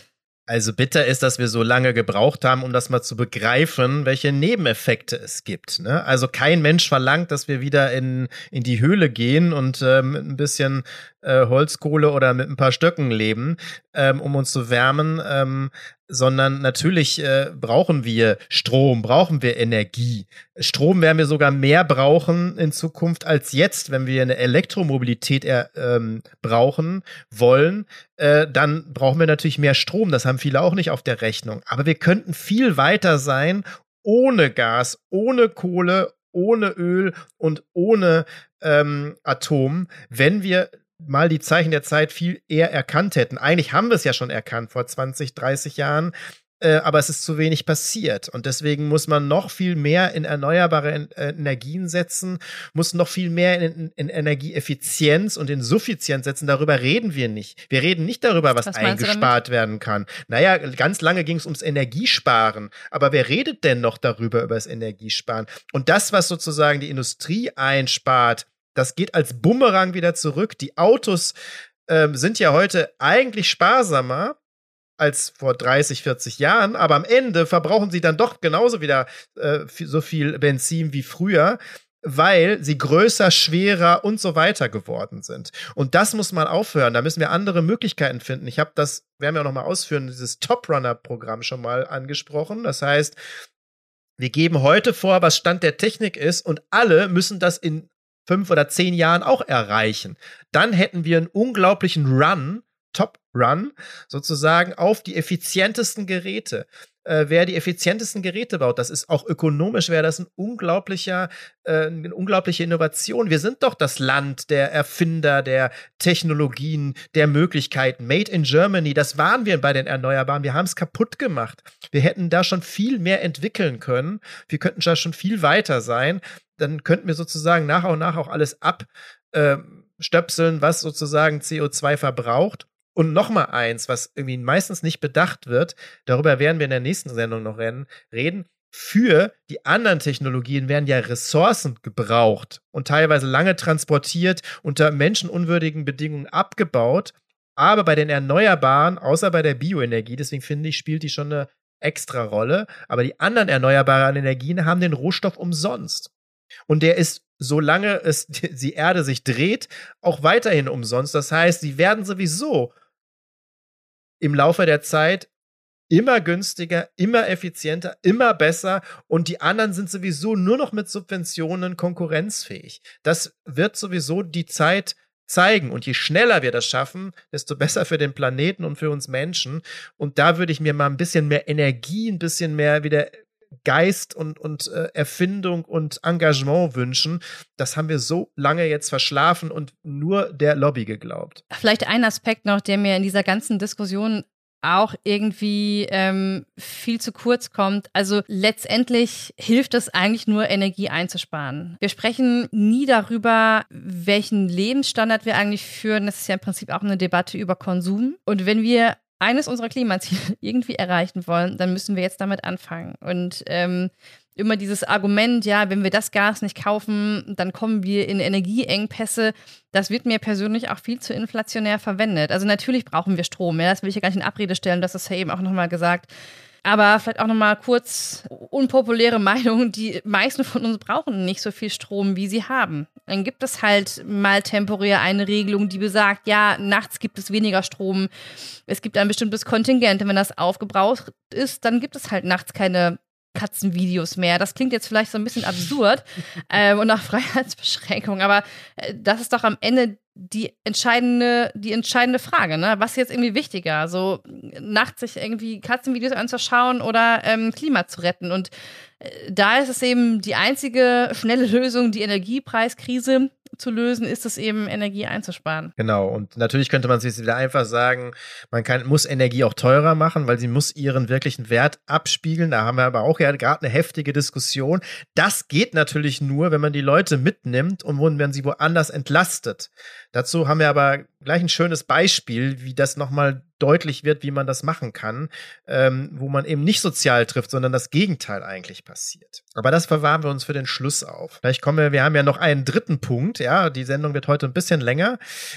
Also bitter ist, dass wir so lange gebraucht haben, um das mal zu begreifen, welche Nebeneffekte es gibt. Ne? Also kein Mensch verlangt, dass wir wieder in, in die Höhle gehen und äh, mit ein bisschen äh, Holzkohle oder mit ein paar Stöcken leben, ähm, um uns zu wärmen, ähm, sondern natürlich äh, brauchen wir Strom, brauchen wir Energie. Strom werden wir sogar mehr brauchen in Zukunft als jetzt, wenn wir eine Elektromobilität äh, ähm, brauchen wollen, äh, dann brauchen wir natürlich mehr Strom. Das haben viele auch nicht auf der Rechnung. Aber wir könnten viel weiter sein ohne Gas, ohne Kohle, ohne Öl und ohne ähm, Atom, wenn wir mal die Zeichen der Zeit viel eher erkannt hätten. Eigentlich haben wir es ja schon erkannt vor zwanzig, dreißig Jahren, äh, aber es ist zu wenig passiert. Und deswegen muss man noch viel mehr in erneuerbare en- äh, Energien setzen, muss noch viel mehr in, in Energieeffizienz und in Suffizienz setzen. Darüber reden wir nicht. Wir reden nicht darüber, was, was eingespart werden kann. Naja, ganz lange ging es ums Energiesparen. Aber wer redet denn noch darüber, über das Energiesparen? Und das, was sozusagen die Industrie einspart, das geht als Bumerang wieder zurück. Die Autos ähm, sind ja heute eigentlich sparsamer als vor dreißig, vierzig Jahren, aber am Ende verbrauchen sie dann doch genauso wieder äh, so viel Benzin wie früher, weil sie größer, schwerer und so weiter geworden sind. Und das muss mal aufhören. Da müssen wir andere Möglichkeiten finden. Ich habe das, werden wir auch noch mal ausführen, dieses Top-Runner-Programm schon mal angesprochen. Das heißt, wir geben heute vor, was Stand der Technik ist und alle müssen das in fünf oder zehn Jahren auch erreichen. Dann hätten wir einen unglaublichen Run, Top-Run, sozusagen auf die effizientesten Geräte. Äh, wer die effizientesten Geräte baut, das ist auch ökonomisch, wäre das ein unglaublicher, äh, eine unglaubliche Innovation. Wir sind doch das Land der Erfinder, der Technologien, der Möglichkeiten. Made in Germany, das waren wir bei den Erneuerbaren. Wir haben es kaputt gemacht. Wir hätten da schon viel mehr entwickeln können. Wir könnten da schon viel weiter sein. Dann könnten wir sozusagen nach und nach auch alles abstöpseln, äh, was sozusagen C O zwei verbraucht. Und noch mal eins, was irgendwie meistens nicht bedacht wird, darüber werden wir in der nächsten Sendung noch reden, für die anderen Technologien werden ja Ressourcen gebraucht und teilweise lange transportiert, unter menschenunwürdigen Bedingungen abgebaut. Aber bei den Erneuerbaren, außer bei der Bioenergie, deswegen finde ich, spielt die schon eine extra Rolle, aber die anderen erneuerbaren Energien haben den Rohstoff umsonst. Und der ist, solange es die Erde sich dreht, auch weiterhin umsonst. Das heißt, sie werden sowieso im Laufe der Zeit immer günstiger, immer effizienter, immer besser und die anderen sind sowieso nur noch mit Subventionen konkurrenzfähig. Das wird sowieso die Zeit zeigen und je schneller wir das schaffen, desto besser für den Planeten und für uns Menschen. Und da würde ich mir mal ein bisschen mehr Energie, ein bisschen mehr wieder Geist und, und äh, Erfindung und Engagement wünschen. Das haben wir so lange jetzt verschlafen und nur der Lobby geglaubt. Vielleicht ein Aspekt noch, der mir in dieser ganzen Diskussion auch irgendwie ähm, viel zu kurz kommt. Also letztendlich hilft es eigentlich nur, Energie einzusparen. Wir sprechen nie darüber, welchen Lebensstandard wir eigentlich führen. Das ist ja im Prinzip auch eine Debatte über Konsum. Und wenn wir eines unserer Klimaziele irgendwie erreichen wollen, dann müssen wir jetzt damit anfangen. Und ähm, immer dieses Argument, ja, wenn wir das Gas nicht kaufen, dann kommen wir in Energieengpässe. Das wird mir persönlich auch viel zu inflationär verwendet. Also natürlich brauchen wir Strom, ja, das will ich ja gar nicht in Abrede stellen, das ist ja eben auch nochmal gesagt. Aber vielleicht auch nochmal kurz unpopuläre Meinung, die meisten von uns brauchen nicht so viel Strom, wie sie haben. Dann gibt es halt mal temporär eine Regelung, die besagt, ja, nachts gibt es weniger Strom, es gibt ein bestimmtes Kontingent. Und wenn das aufgebraucht ist, dann gibt es halt nachts keine Katzenvideos mehr. Das klingt jetzt vielleicht so ein bisschen absurd ähm, und nach Freiheitsbeschränkung, aber äh, das ist doch am Ende die entscheidende, die entscheidende Frage, ne? Was ist jetzt irgendwie wichtiger? So nachts sich irgendwie Katzenvideos anzuschauen oder ähm, Klima zu retten? Und äh, da ist es eben die einzige schnelle Lösung, die Energiepreiskrise zu lösen, ist es eben, Energie einzusparen. Genau, und natürlich könnte man sich wieder einfach sagen, man kann, muss Energie auch teurer machen, weil sie muss ihren wirklichen Wert abspiegeln. Da haben wir aber auch ja gerade eine heftige Diskussion. Das geht natürlich nur, wenn man die Leute mitnimmt und wenn man sie woanders entlastet. Dazu haben wir aber gleich ein schönes Beispiel, wie das nochmal deutlich wird, wie man das machen kann, ähm, wo man eben nicht sozial trifft, sondern das Gegenteil eigentlich passiert. Aber das verwahren wir uns für den Schluss auf. Vielleicht kommen wir, wir haben ja noch einen dritten Punkt, ja, die Sendung wird heute ein bisschen länger,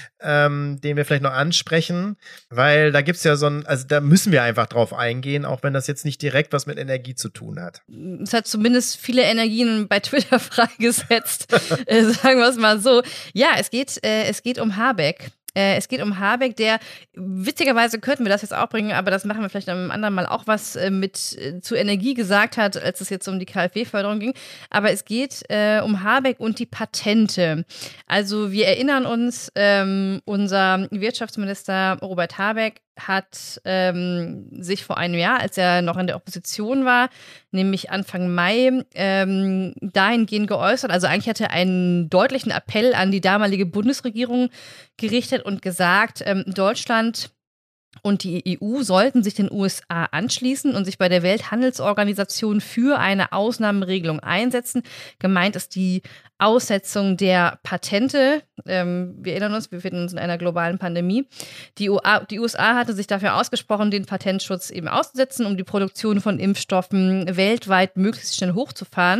ähm, den wir vielleicht noch ansprechen, weil da gibt's ja so ein, also da müssen wir einfach drauf eingehen, auch wenn das jetzt nicht direkt was mit Energie zu tun hat. Es hat zumindest viele Energien bei Twitter freigesetzt, äh, sagen wir es mal so. Ja, es geht, äh, es geht um Habeck. Es geht um Habeck, der, witzigerweise könnten wir das jetzt auch bringen, aber das machen wir vielleicht am anderen Mal auch, was mit äh, zu Energie gesagt hat, als es jetzt um die KfW-Förderung ging. Aber es geht äh, um Habeck und die Patente. Also wir erinnern uns, ähm, unser Wirtschaftsminister Robert Habeck hat ähm, sich vor einem Jahr, als er noch in der Opposition war, nämlich Anfang Mai, ähm, dahingehend geäußert. Also eigentlich hat er einen deutlichen Appell an die damalige Bundesregierung gerichtet und gesagt, ähm, Deutschland und die E U sollten sich den U S A anschließen und sich bei der Welthandelsorganisation für eine Ausnahmeregelung einsetzen. Gemeint ist die Aussetzung der Patente. Ähm, wir erinnern uns, wir befinden uns in einer globalen Pandemie. Die, U A, die U S A hatte sich dafür ausgesprochen, den Patentschutz eben auszusetzen, um die Produktion von Impfstoffen weltweit möglichst schnell hochzufahren.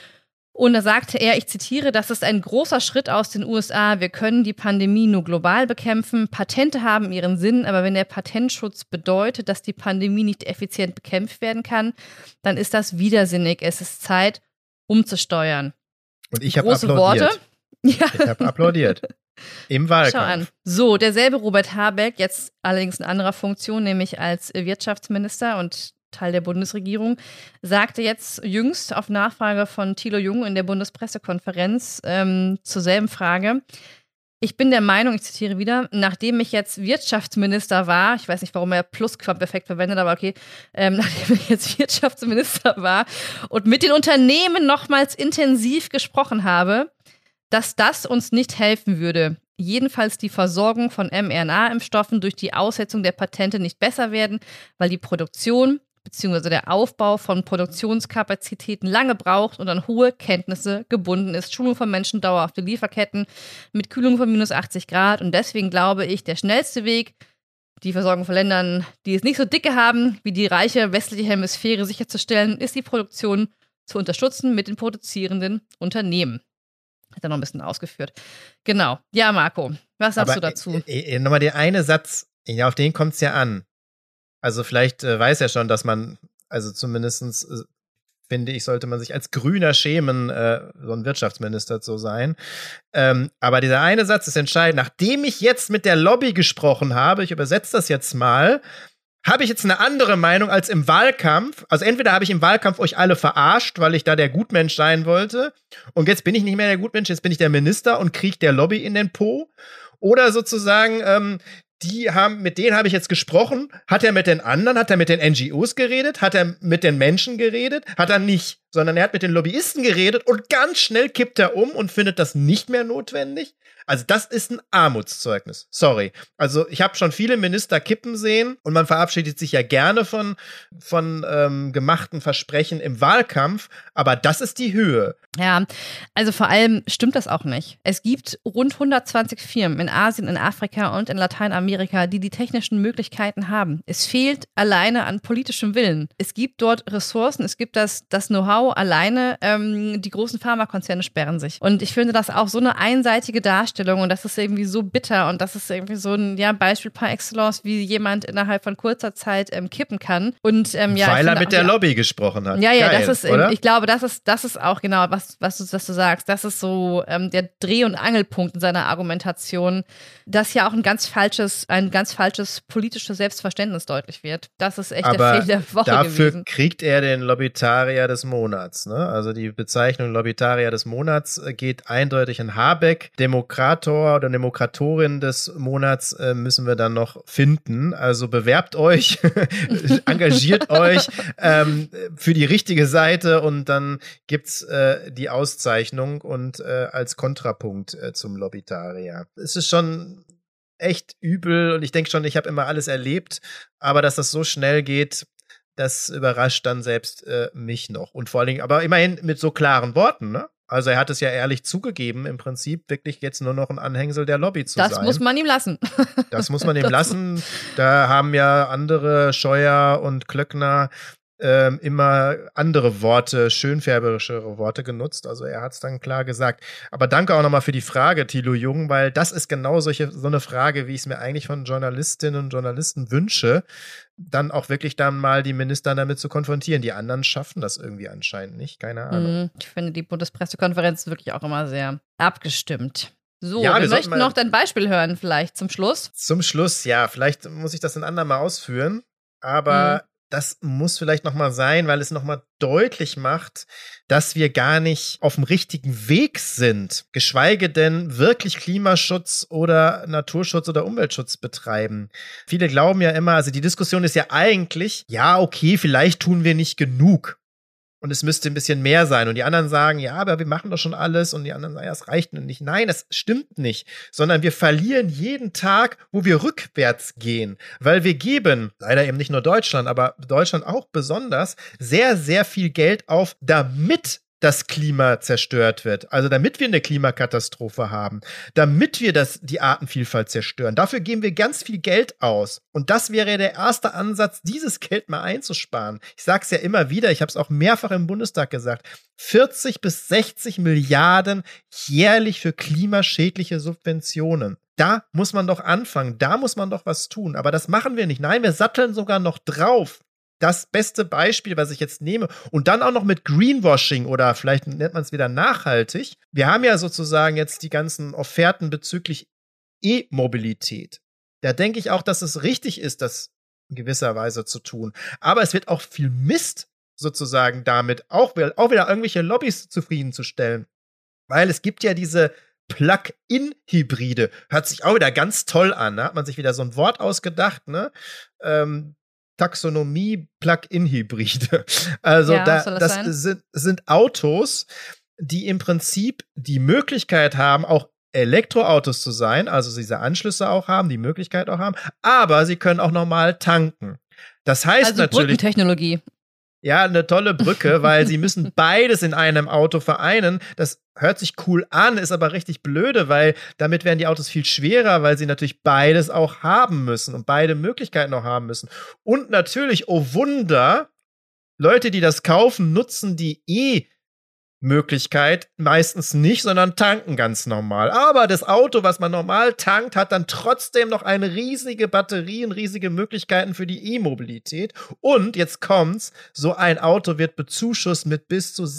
Und da sagte er, ich zitiere, das ist ein großer Schritt aus den U S A. Wir können die Pandemie nur global bekämpfen. Patente haben ihren Sinn, aber wenn der Patentschutz bedeutet, dass die Pandemie nicht effizient bekämpft werden kann, dann ist das widersinnig. Es ist Zeit, umzusteuern. Und ich habe applaudiert. Worte. Ja. Ich habe applaudiert. Im Wahlkampf. Schau an. So, derselbe Robert Habeck, jetzt allerdings in anderer Funktion, nämlich als Wirtschaftsminister und Teil der Bundesregierung, sagte jetzt jüngst auf Nachfrage von Thilo Jung in der Bundespressekonferenz ähm, zur selben Frage: Ich bin der Meinung, ich zitiere wieder, nachdem ich jetzt Wirtschaftsminister war, ich weiß nicht, warum er Plusquamperfekt verwendet, aber okay, ähm, nachdem ich jetzt Wirtschaftsminister war und mit den Unternehmen nochmals intensiv gesprochen habe, dass das uns nicht helfen würde. Jedenfalls die Versorgung von mRNA-Impfstoffen durch die Aussetzung der Patente nicht besser werden, weil die Produktion bzw. der Aufbau von Produktionskapazitäten lange braucht und an hohe Kenntnisse gebunden ist. Schulung von Menschen, dauerhafte Lieferketten mit Kühlung von minus achtzig Grad. Und deswegen glaube ich, der schnellste Weg, die Versorgung von Ländern, die es nicht so dicke haben, wie die reiche westliche Hemisphäre sicherzustellen, ist die Produktion zu unterstützen mit den produzierenden Unternehmen. Hat er noch ein bisschen ausgeführt. Genau. Ja, Marco, was sagst Aber, du dazu? Äh, äh, nochmal der eine Satz, ja, auf den kommt es ja an. Also vielleicht äh, weiß er schon, dass man, also zumindestens äh, finde ich, sollte man sich als Grüner schämen, äh, so ein Wirtschaftsminister zu sein. Ähm, aber dieser eine Satz ist entscheidend. Nachdem ich jetzt mit der Lobby gesprochen habe, ich übersetze das jetzt mal, habe ich jetzt eine andere Meinung als im Wahlkampf. Also entweder habe ich im Wahlkampf euch alle verarscht, weil ich da der Gutmensch sein wollte, und jetzt bin ich nicht mehr der Gutmensch, jetzt bin ich der Minister und kriege der Lobby in den Po. Oder sozusagen, ähm, die haben, mit denen habe ich jetzt gesprochen. Hat er mit den anderen, hat er mit den N G Os geredet? Hat er mit den Menschen geredet? Hat er nicht? sondern er hat mit den Lobbyisten geredet und ganz schnell kippt er um und findet das nicht mehr notwendig. Also das ist ein Armutszeugnis. Sorry. Also ich habe schon viele Minister kippen sehen und man verabschiedet sich ja gerne von, von ähm, gemachten Versprechen im Wahlkampf, aber das ist die Höhe. Ja, also vor allem stimmt das auch nicht. Es gibt rund hundertzwanzig Firmen in Asien, in Afrika und in Lateinamerika, die die technischen Möglichkeiten haben. Es fehlt alleine an politischem Willen. Es gibt dort Ressourcen, es gibt das, das Know-how alleine. Ähm, die großen Pharmakonzerne sperren sich. Und ich finde das auch so eine einseitige Darstellung und das ist irgendwie so bitter und das ist irgendwie so ein ja, Beispiel par excellence, wie jemand innerhalb von kurzer Zeit ähm, kippen kann. Und, ähm, ja, Weil er mit auch, der ja, Lobby gesprochen hat. Ja, ja, Geil, das ist, oder? ich glaube, das ist, das ist auch genau, was, was, du, was du sagst. Das ist so ähm, der Dreh- und Angelpunkt in seiner Argumentation, dass ja auch ein ganz falsches, ein ganz falsches politisches Selbstverständnis deutlich wird. Das ist echt Aber der Fehler der Woche dafür gewesen. kriegt er den Lobbytarier des Monats. Ne? Also die Bezeichnung Lobbytarier des Monats geht eindeutig an Habeck. Demokrator oder Demokratorin des Monats äh, müssen wir dann noch finden. Also bewerbt euch, engagiert euch ähm, für die richtige Seite und dann gibt's äh, die Auszeichnung und äh, als Kontrapunkt äh, zum Lobbytarier. Es ist schon echt übel und ich denke schon, ich habe immer alles erlebt, aber dass das so schnell geht, das überrascht dann selbst äh, mich noch. Und vor allen Dingen, aber immerhin mit so klaren Worten, ne? Also er hat es ja ehrlich zugegeben, im Prinzip wirklich jetzt nur noch ein Anhängsel der Lobby zu Das sein. muss man ihm lassen. Das muss man ihm lassen. Da haben ja andere, Scheuer und Klöckner, ähm, immer andere Worte, schönfärberischere Worte genutzt. Also er hat es dann klar gesagt. Aber danke auch nochmal für die Frage, Thilo Jung, weil das ist genau solche, so eine Frage, wie ich es mir eigentlich von Journalistinnen und Journalisten wünsche, dann auch wirklich dann mal die Minister damit zu konfrontieren. Die anderen schaffen das irgendwie anscheinend nicht, keine Ahnung. Ich finde die Bundespressekonferenz wirklich auch immer sehr abgestimmt. So, Ja, wir, wir sollten möchten mal- noch dein Beispiel hören vielleicht zum Schluss. Zum Schluss, ja, vielleicht muss ich das ein andermal ausführen, aber das muss vielleicht noch mal sein, weil es noch mal deutlich macht, dass wir gar nicht auf dem richtigen Weg sind, geschweige denn wirklich Klimaschutz oder Naturschutz oder Umweltschutz betreiben. Viele glauben ja immer, also die Diskussion ist ja eigentlich, ja, okay, vielleicht tun wir nicht genug. Und es müsste ein bisschen mehr sein. Und die anderen sagen, ja, aber wir machen doch schon alles. Und die anderen sagen, ja, es reicht nicht. Nein, das stimmt nicht. Sondern wir verlieren jeden Tag, wo wir rückwärts gehen. Weil wir geben, leider eben nicht nur Deutschland, aber Deutschland auch besonders, sehr, sehr viel Geld auf, damit das Klima zerstört wird. Also damit wir eine Klimakatastrophe haben, damit wir das, die Artenvielfalt zerstören. Dafür geben wir ganz viel Geld aus. Und das wäre der erste Ansatz, dieses Geld mal einzusparen. Ich sage es ja immer wieder, ich habe es auch mehrfach im Bundestag gesagt, vierzig bis sechzig Milliarden jährlich für klimaschädliche Subventionen. Da muss man doch anfangen, da muss man doch was tun. Aber das machen wir nicht. Nein, wir satteln sogar noch drauf. Das beste Beispiel, was ich jetzt nehme, und dann auch noch mit Greenwashing oder vielleicht nennt man es wieder nachhaltig. Wir haben ja sozusagen jetzt die ganzen Offerten bezüglich E-Mobilität. Da denke ich auch, dass es richtig ist, das in gewisser Weise zu tun. Aber es wird auch viel Mist sozusagen damit auch, auch wieder irgendwelche Lobbys zufriedenzustellen. Weil es gibt ja diese Plug-in-Hybride. Hört sich auch wieder ganz toll an. Da hat man sich wieder so ein Wort ausgedacht, ne? Ähm, Taxonomie Plug-in-Hybride. Also Ja, da, was soll das das sein? sind, sind Autos, die im Prinzip die Möglichkeit haben, auch Elektroautos zu sein, also diese Anschlüsse auch haben, die Möglichkeit auch haben, aber sie können auch normal tanken. Das heißt Also natürlich, Brückentechnologie. ja, eine tolle Brücke, weil sie müssen beides in einem Auto vereinen. Das hört sich cool an, ist aber richtig blöde, weil damit werden die Autos viel schwerer, weil sie natürlich beides auch haben müssen und beide Möglichkeiten auch haben müssen. Und natürlich, oh Wunder, Leute, die das kaufen, nutzen die E-Möglichkeit meistens nicht, sondern tanken ganz normal. Aber das Auto, was man normal tankt, hat dann trotzdem noch eine riesige Batterie und riesige Möglichkeiten für die E-Mobilität. Und jetzt kommt's, so ein Auto wird bezuschusst mit bis zu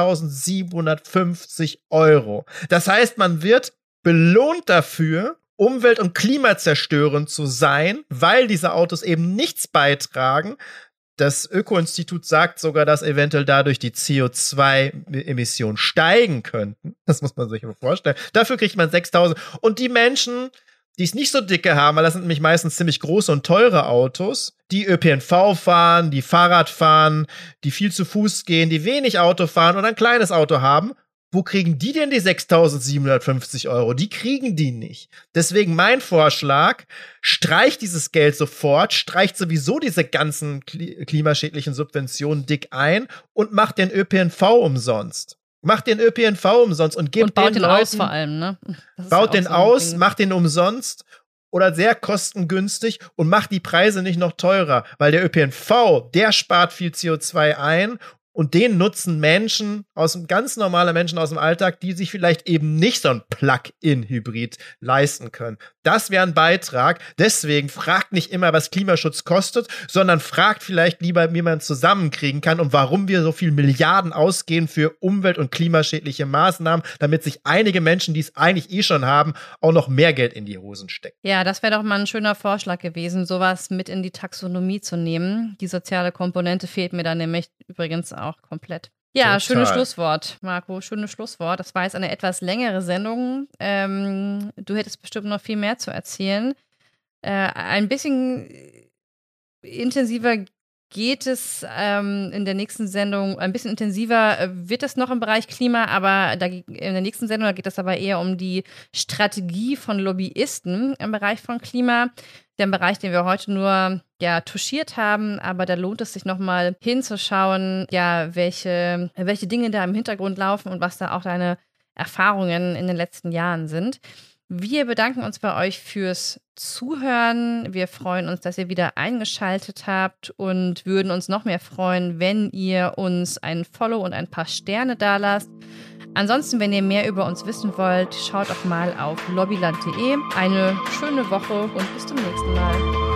sechstausendsiebenhundertfünfzig Euro. Das heißt, man wird belohnt dafür, umwelt- und klimazerstörend zu sein, weil diese Autos eben nichts beitragen. Das Öko-Institut sagt sogar, dass eventuell dadurch die C O zwei Emissionen steigen könnten. Das muss man sich mal vorstellen. Dafür kriegt man sechstausend. Und die Menschen, die es nicht so dicke haben, weil das sind nämlich meistens ziemlich große und teure Autos, die Ö P N V fahren, die Fahrrad fahren, die viel zu Fuß gehen, die wenig Auto fahren oder ein kleines Auto haben. Wo kriegen die denn die sechstausendsiebenhundertfünfzig Euro? Die kriegen die nicht. Deswegen mein Vorschlag, streicht dieses Geld sofort, streicht sowieso diese ganzen kli- klimaschädlichen Subventionen dick ein und macht den Ö P N V umsonst. Macht den Ö P N V umsonst und gibt und baut den, den Leuten, aus vor allem, ne? Baut ja den so ein aus, Ding. macht den umsonst oder sehr kostengünstig und macht die Preise nicht noch teurer, weil der Ö P N V, der spart viel C O zwei ein. Und den nutzen Menschen, aus dem ganz normale Menschen aus dem Alltag, die sich vielleicht eben nicht so ein Plug-in-Hybrid leisten können. Das wäre ein Beitrag. Deswegen fragt nicht immer, was Klimaschutz kostet, sondern fragt vielleicht lieber, wie man es zusammenkriegen kann und warum wir so viel Milliarden ausgehen für umwelt- und klimaschädliche Maßnahmen, damit sich einige Menschen, die es eigentlich eh schon haben, auch noch mehr Geld in die Hosen stecken. Ja, das wäre doch mal ein schöner Vorschlag gewesen, sowas mit in die Taxonomie zu nehmen. Die soziale Komponente fehlt mir da nämlich übrigens auch komplett. Ja, Total. Schönes Schlusswort, Marco, schönes Schlusswort. Das war jetzt eine etwas längere Sendung. Ähm, du hättest bestimmt noch viel mehr zu erzählen. Äh, ein bisschen intensiver geht es ähm, in der nächsten Sendung, ein bisschen intensiver äh, wird es noch im Bereich Klima, aber da, in der nächsten Sendung da geht es aber eher um die Strategie von Lobbyisten im Bereich von Klima. Der Bereich, den wir heute nur ja, touchiert haben, aber da lohnt es sich nochmal hinzuschauen, ja, welche, welche Dinge da im Hintergrund laufen und was da auch deine Erfahrungen in den letzten Jahren sind. Wir bedanken uns bei euch fürs Zuhören. Wir freuen uns, dass ihr wieder eingeschaltet habt und würden uns noch mehr freuen, wenn ihr uns ein Follow und ein paar Sterne dalasst. Ansonsten, wenn ihr mehr über uns wissen wollt, schaut auch mal auf lobbyland punkt de. Eine schöne Woche und bis zum nächsten Mal.